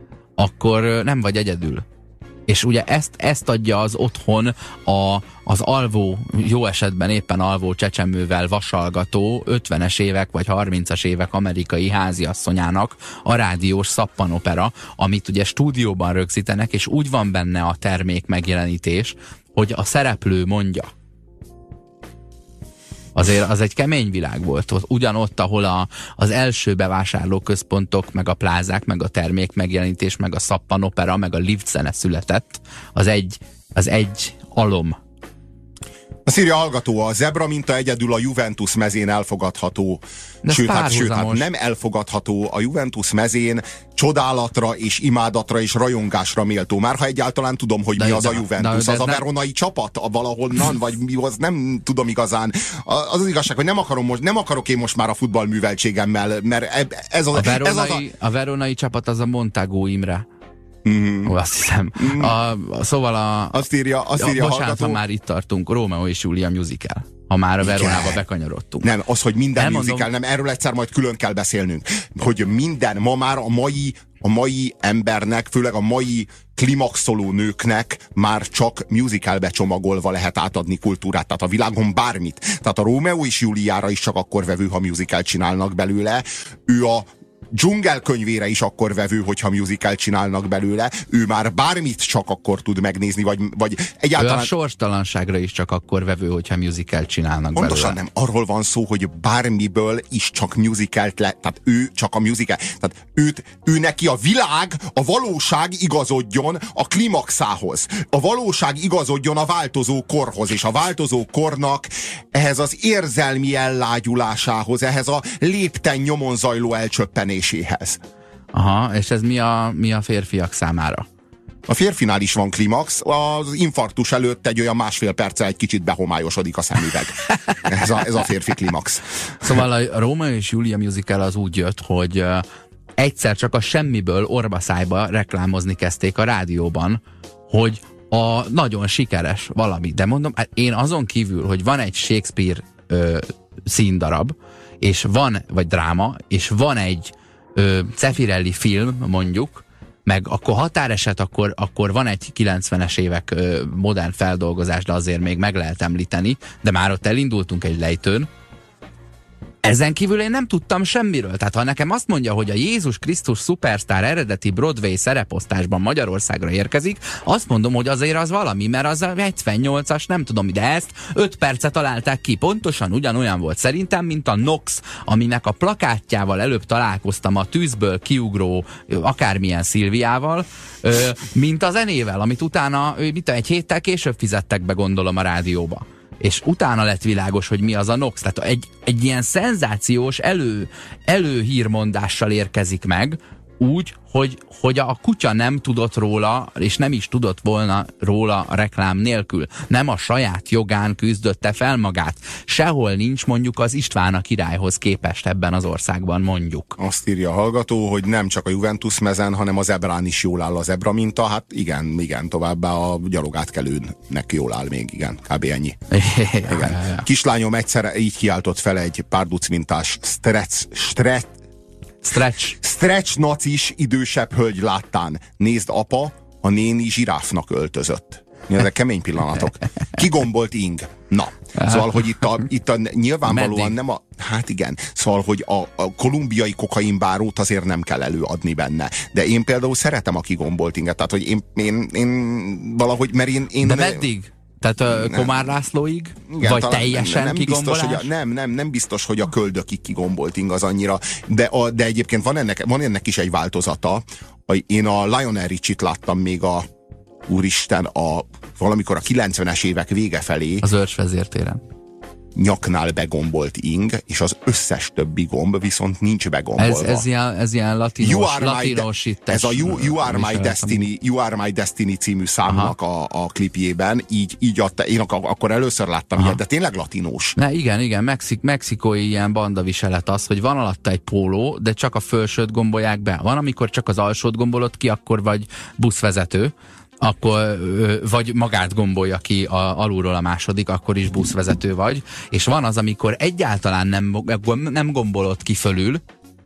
S2: akkor ö, nem vagy egyedül. És ugye ezt, ezt adja az otthon a, az alvó, jó esetben éppen alvó csecsemővel vasalgató ötvenes évek vagy harmincas évek amerikai háziasszonyának a rádiós szappanopera, amit ugye stúdióban rögzítenek, és úgy van benne a termék megjelenítés, hogy a szereplő mondja. Azért az egy kemény világ volt. Ugyanott, ahol a, az első bevásárlóközpontok, meg a plázák, meg a termék megjelenítés, meg a szappanopera, meg a liftzene született, az egy, az egy alom.
S3: Azt írja a hallgató, a zebra minta egyedül a Juventus mezén elfogadható.
S2: De
S3: Sőt hát, sőt, hát
S2: párhuzamos.
S3: nem elfogadható a Juventus mezén, csodálatra és imádatra és rajongásra méltó. Már ha egyáltalán tudom, hogy
S2: De-
S3: mi az
S2: de-
S3: a Juventus,
S2: de- de
S3: az a
S2: nem-
S3: veronai csapat a valahonnan, vagy mi az, nem tudom igazán. A- Az az igazság, hogy nem, akarom most, nem akarok én most már a futballműveltségemmel, mert eb- ez az
S2: A
S3: ez az a...
S2: veronai, a veronai csapat az a Montagu Imre.
S3: Mm,
S2: Ó, azt hiszem. A, a, szóval a...
S3: azt írja, azt írja
S2: ja,
S3: a
S2: bocsánat, ha
S3: hallgató.
S2: már itt tartunk, Rómeó és Júlia musical. Ha már a Veronába bekanyarodtunk.
S3: Nem, az, hogy minden
S2: Elmondom.
S3: musical, nem, erről egyszer majd külön kell beszélnünk. Hogy minden, ma már a mai, a mai embernek, főleg a mai klimaxoló nőknek már csak musicalbe csomagolva lehet átadni kultúrát, tehát a világon bármit. Tehát a Rómeó és Júliára is csak akkor vevő, ha musical csinálnak belőle. Ő a dzsungelkönyvére is akkor vevő, hogyha musical csinálnak belőle. Ő már bármit csak akkor tud megnézni, vagy, vagy egyáltalán...
S2: Ő a sorstalanságra is csak akkor vevő, hogyha musical csinálnak
S3: Pontosan
S2: belőle.
S3: nem. Arról van szó, hogy bármiből is csak musicalt le... Tehát ő csak a musical... Tehát őt, ő neki a világ, a valóság igazodjon a klimaxához. A valóság igazodjon a változó korhoz, és a változó kornak ehhez az érzelmi ellágyulásához, ehhez a lépten nyomon zajló elcsöppenéséhez.
S2: Aha, és ez mi a, mi a férfiak számára?
S3: A férfinál is van klimax, az infarktus előtt egy olyan másfél perccel egy kicsit behomályosodik a szemüveg. Ez a, ez a férfi klimax.
S2: Szóval a Rómeó és Júlia musical az úgy jött, hogy uh, egyszer csak a semmiből orbaszájba reklámozni kezdték a rádióban, hogy a nagyon sikeres valami. De mondom, én azon kívül, hogy van egy Shakespeare uh, színdarab, és van, vagy dráma, és van egy uh, Zeffirelli film, mondjuk, meg akkor határeset, akkor, akkor van egy kilencvenes évek ö, modern feldolgozás, de azért még meg lehet említeni, de már ott elindultunk egy lejtőn. Ezen kívül én nem tudtam semmiről. Tehát ha nekem azt mondja, hogy a Jézus Krisztus Superstar eredeti Broadway szereposztásban Magyarországra érkezik, azt mondom, hogy azért az valami, mert az a hetvennyolcas, nem tudom, de ezt öt percet találták ki. Pontosan ugyanolyan volt szerintem, mint a Nox, aminek a plakátjával előbb találkoztam a tűzből kiugró akármilyen Szilviával, mint a zenével, amit utána, mit egy héttel később fizettek be, gondolom, a rádióba. És utána lett világos, hogy mi az a Nox. Tehát egy, egy ilyen szenzációs elő, előhírmondással érkezik meg, úgy, hogy, hogy a kutya nem tudott róla, és nem is tudott volna róla a reklám nélkül. Nem a saját jogán küzdötte fel magát. Sehol nincs mondjuk az István a királyhoz képest ebben az országban, mondjuk.
S3: Azt írja a hallgató, hogy nem csak a Juventus mezen, hanem az Ebrán is jól áll az Ebra minta. Hát igen, igen, továbbá a gyalogátkelőnek jól áll még, igen, kb. Ennyi. Igen. Kislányom egyszer így kiáltott fel egy párduc mintás stretch, stretch,
S2: Stretch.
S3: Stretch nacis idősebb hölgy láttán. Nézd, apa, a néni zsiráfnak öltözött. Ezek kemény pillanatok. Kigombolt ing. Na, szóval, hogy itt a, itt a nyilvánvalóan
S2: Meddig?
S3: nem a... Hát igen, szóval, hogy a, a kolumbiai kokainbárót azért nem kell előadni benne. De én például szeretem a kigombolt inget. Tehát, hogy én, én, én valahogy, mert én... én
S2: De meddig? Tehát a Komár Lászlóig?
S3: Igen,
S2: vagy
S3: talán
S2: teljesen
S3: nem, nem
S2: kigombolás?
S3: biztos, hogy a, nem, nem, nem biztos, hogy a köldökig kigombolt ing az annyira, de, a, de egyébként van ennek, van ennek is egy változata. Én a Lionel Richie-t láttam még a úristen, a, valamikor a kilencvenes évek vége felé.
S2: Az Őrs vezértéren.
S3: Nyaknál begombolt ing, és az összes többi gomb viszont nincs begombolva.
S2: Ez, ez ilyen, ez ilyen latinos, latinosítes.
S3: Ez a you, you, Are My Destiny, You Are My Destiny című számnak a, a klipjében, így, így adta, én ak- akkor először láttam ilyet, de tényleg latinós.
S2: Ne, igen, igen, Mexik, mexikói ilyen bandaviselet az, hogy van alatta egy póló, de csak a felsőt gombolják be. Van, amikor csak az alsót gombolod ki, akkor vagy buszvezető, akkor vagy magát gombolja ki a, alulról a második, akkor is buszvezető vagy, és van az, amikor egyáltalán nem, nem gombolod ki fölül,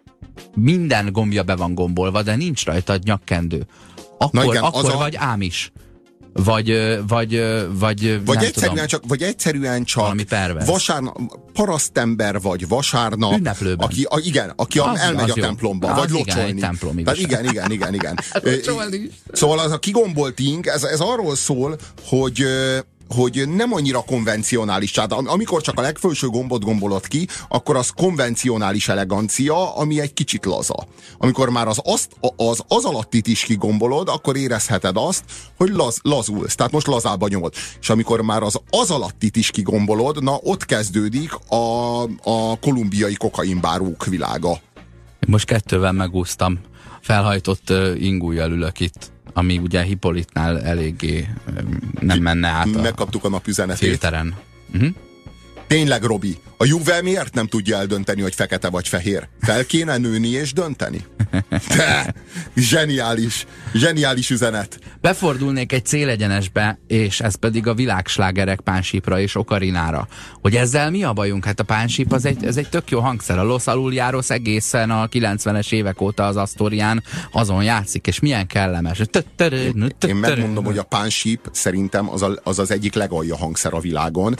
S2: minden gombja be van gombolva, de nincs rajta nyakkendő. Akkor,
S3: igen,
S2: akkor
S3: a...
S2: vagy ámis. Vagy, vagy, vagy,
S3: vagy, egyszerűen csak, vagy egyszerűen csak vasárnap, parasztember vagy vasárnap,
S2: ünneplőben.
S3: Aki, a, igen, aki az, elmegy az a templomba, az vagy locsolni. Tehát igen, igen, igen, igen. Szóval az a kigombolt ing, ez, ez arról szól, hogy hogy nem annyira konvencionális. Tehát amikor csak a legfelső gombot gombolod ki, akkor az konvencionális elegancia, ami egy kicsit laza. Amikor már az, azt, az, az alattit is kigombolod, akkor érezheted azt, hogy laz, lazulsz. Tehát most lazába nyomod. És amikor már az az alattit is kigombolod, na ott kezdődik a, a kolumbiai kokainbárók világa.
S2: Most kettővel megúsztam. Felhajtott uh, ingújjal ülök itt, ami ugye Hippolytnál eléggé um, nem menne át a
S3: megkaptuk a napüzenetét.
S2: filteren. Uh-huh.
S3: Tényleg, Robi, a Juve miért nem tudja eldönteni, hogy fekete vagy fehér? Fel kéne nőni és dönteni? De, zseniális, zseniális üzenet.
S2: Befordulnék egy célegyenesbe, és ez pedig a világslágerek Pánsípra és Okarinára. Hogy ezzel mi a bajunk? Hát a Pánsíp az egy, ez egy tök jó hangszer. A Los Aluljáros egészen a kilencvenes évek óta az Asztorián azon játszik, és milyen kellemes.
S3: Én megmondom, hogy a Pánsíp szerintem az, a, az az egyik legalja hangszer a világon.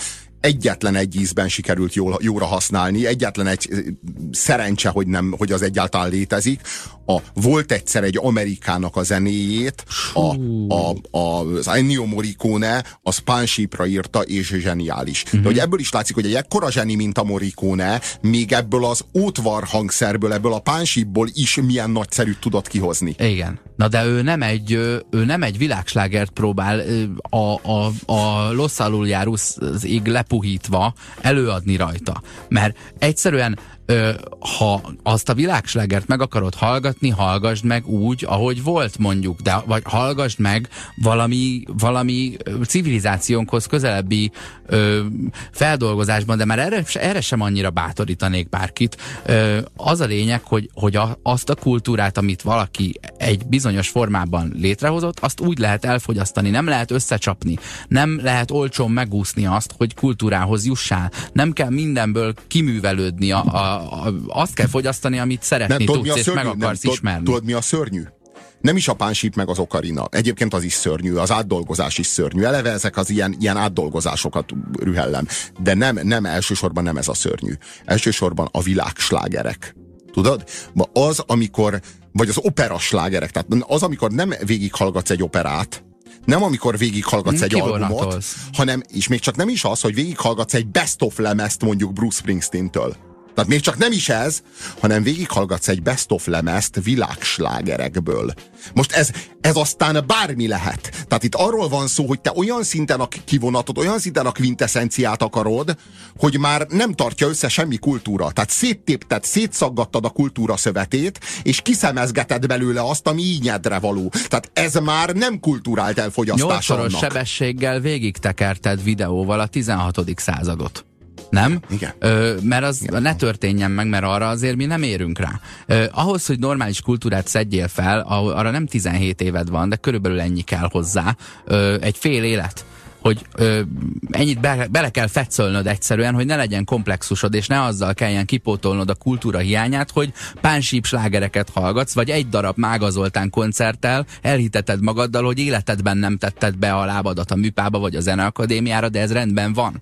S3: egyetlen egy ízben sikerült jól, jóra használni, egyetlen egy szerencse, hogy, nem, hogy az egyáltalán létezik. A, volt egyszer egy Amerikának a zenéjét, a, a, a, az Ennio Morricone az Pánsípra írta, és zseniális. Uh-huh. De hogy ebből is látszik, hogy egy ekkora zseni, mint a Morricone, még ebből az ótvar hangszerből, ebből a Pánsípból is milyen nagyszerűt tudott kihozni.
S2: Igen. Na de ő nem egy, ő nem egy világslágert próbál a, a, a Los Aluljárósig lepuhítva előadni rajta. Mert egyszerűen Ö, ha azt a világslágert meg akarod hallgatni, hallgasd meg úgy, ahogy volt mondjuk, de vagy hallgasd meg valami, valami civilizációnkhoz közelebbi ö, feldolgozásban, de már erre, erre sem annyira bátorítanék bárkit. Ö, az a lényeg, hogy, hogy a, azt a kultúrát, amit valaki egy bizonyos formában létrehozott, azt úgy lehet elfogyasztani, nem lehet összecsapni, nem lehet olcsón megúszni azt, hogy kultúrához jussál. Nem kell mindenből kiművelődni a, a A, a, azt kell fogyasztani, amit szeretni nem, tudsz, és meg akarsz nem, ismerni.
S3: Tudod, mi a szörnyű? Nem is a Pánsíp meg az Ocarina. Egyébként az is szörnyű, az átdolgozás is szörnyű. Eleve ezek az ilyen, ilyen átdolgozásokat rühellem. De nem, nem, elsősorban nem ez a szörnyű. Elsősorban a világslágerek. Tudod? Az, amikor, vagy az operaslágerek, tehát az, amikor nem végighallgatsz egy operát, nem amikor végighallgatsz egy albumot, hanem, és még csak nem is az, hogy végighallgatsz egy best-of lemezt mondjuk Bruce Springsteen-től. Tehát még csak nem is ez, hanem végighallgatsz egy best-of lemezt világslágerekből. Most ez, ez aztán bármi lehet. Tehát itt arról van szó, hogy te olyan szinten a kivonatod, olyan szinten a kvintessenciát akarod, hogy már nem tartja össze semmi kultúra. Tehát széttépted, szétszaggattad a kultúra szövetét, és kiszemezgeted belőle azt, ami ínyedre való. Tehát ez már nem kulturált elfogyasztás annak.
S2: Nyolcszoros sebességgel végig tekerted videóval a tizenhatodik századot. Nem?
S3: Igen.
S2: Ö, mert az
S3: Igen.
S2: ne történjen meg, mert arra azért mi nem érünk rá. Ö, ahhoz, hogy normális kultúrát szedjél fel, arra nem tizenhét éved van, de körülbelül ennyi kell hozzá. Ö, egy fél élet. Hogy ö, ennyit be, bele kell fetszölnöd egyszerűen, hogy ne legyen komplexusod, és ne azzal kelljen kipótolnod a kultúra hiányát, hogy pánsíp slágereket hallgatsz, vagy egy darab Mága Zoltán koncerttel elhiteted magaddal, hogy életedben nem tetted be a lábadat a műpába, vagy a Zeneakadémiára, de ez rendben van.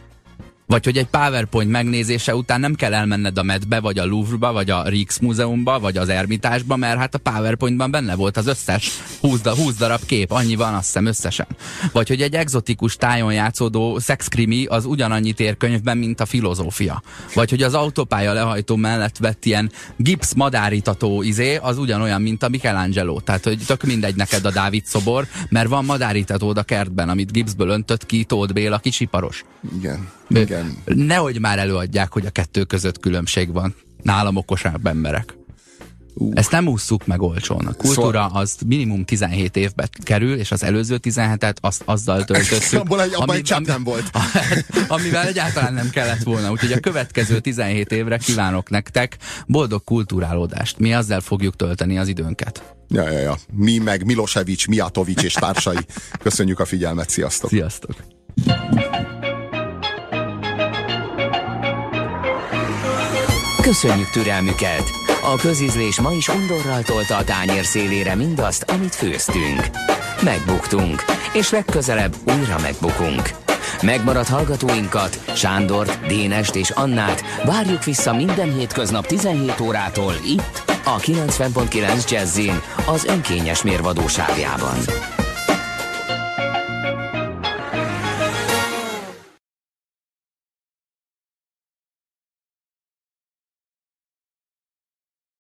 S2: Vagy hogy egy PowerPoint megnézése után nem kell elmenned a Metbe, vagy a Louvre-ba, vagy a Rijksmúzeumba, vagy az Ermitásba, mert hát a PowerPointban benne volt az összes húsz darab kép, annyi van azt hiszem összesen. Vagy hogy egy egzotikus tájon játszódó szexkrimi az ugyanannyit ér könyvben, mint a filozófia. Vagy hogy az autópálya lehajtó mellett vett ilyen gipsz madárítató izé, az ugyanolyan, mint a Michelangelo. Tehát, hogy tök mindegy neked a Dávid szobor, mert van madárítatód a kertben, amit gipszből öntött ki Tóth Béla kisiparos.
S3: Igen. Igen.
S2: Nehogy már előadják, hogy a kettő között különbség van. Nálam okosabb emberek. Uh. Ezt nem ússzuk meg olcsón. A kultúra szóval... az minimum tizenhét évbe kerül, és az előző tizenhetet azt azzal töltöttük.
S3: Abban egy, abban
S2: ami,
S3: egy csepp
S2: ami,
S3: nem volt.
S2: Amivel egyáltalán nem kellett volna. Úgyhogy a következő tizenhét évre kívánok nektek boldog kulturálódást. Mi azzal fogjuk tölteni az időnket.
S3: Ja, ja, ja. Mi meg Milosevic, Mijatovic és társai. Köszönjük a figyelmet, sziasztok!
S2: Sziasztok!
S1: Köszönjük türelmüket! A közízlés ma is undorral tolta a tányér szélére mindazt, amit főztünk. Megbuktunk, és legközelebb újra megbukunk. Megmaradt hallgatóinkat, Sándort, Dénest és Annát várjuk vissza minden hétköznap tizenhét órától itt, a kilencven pont kilenc Jazzin, az önkényes mérvadó sávjában.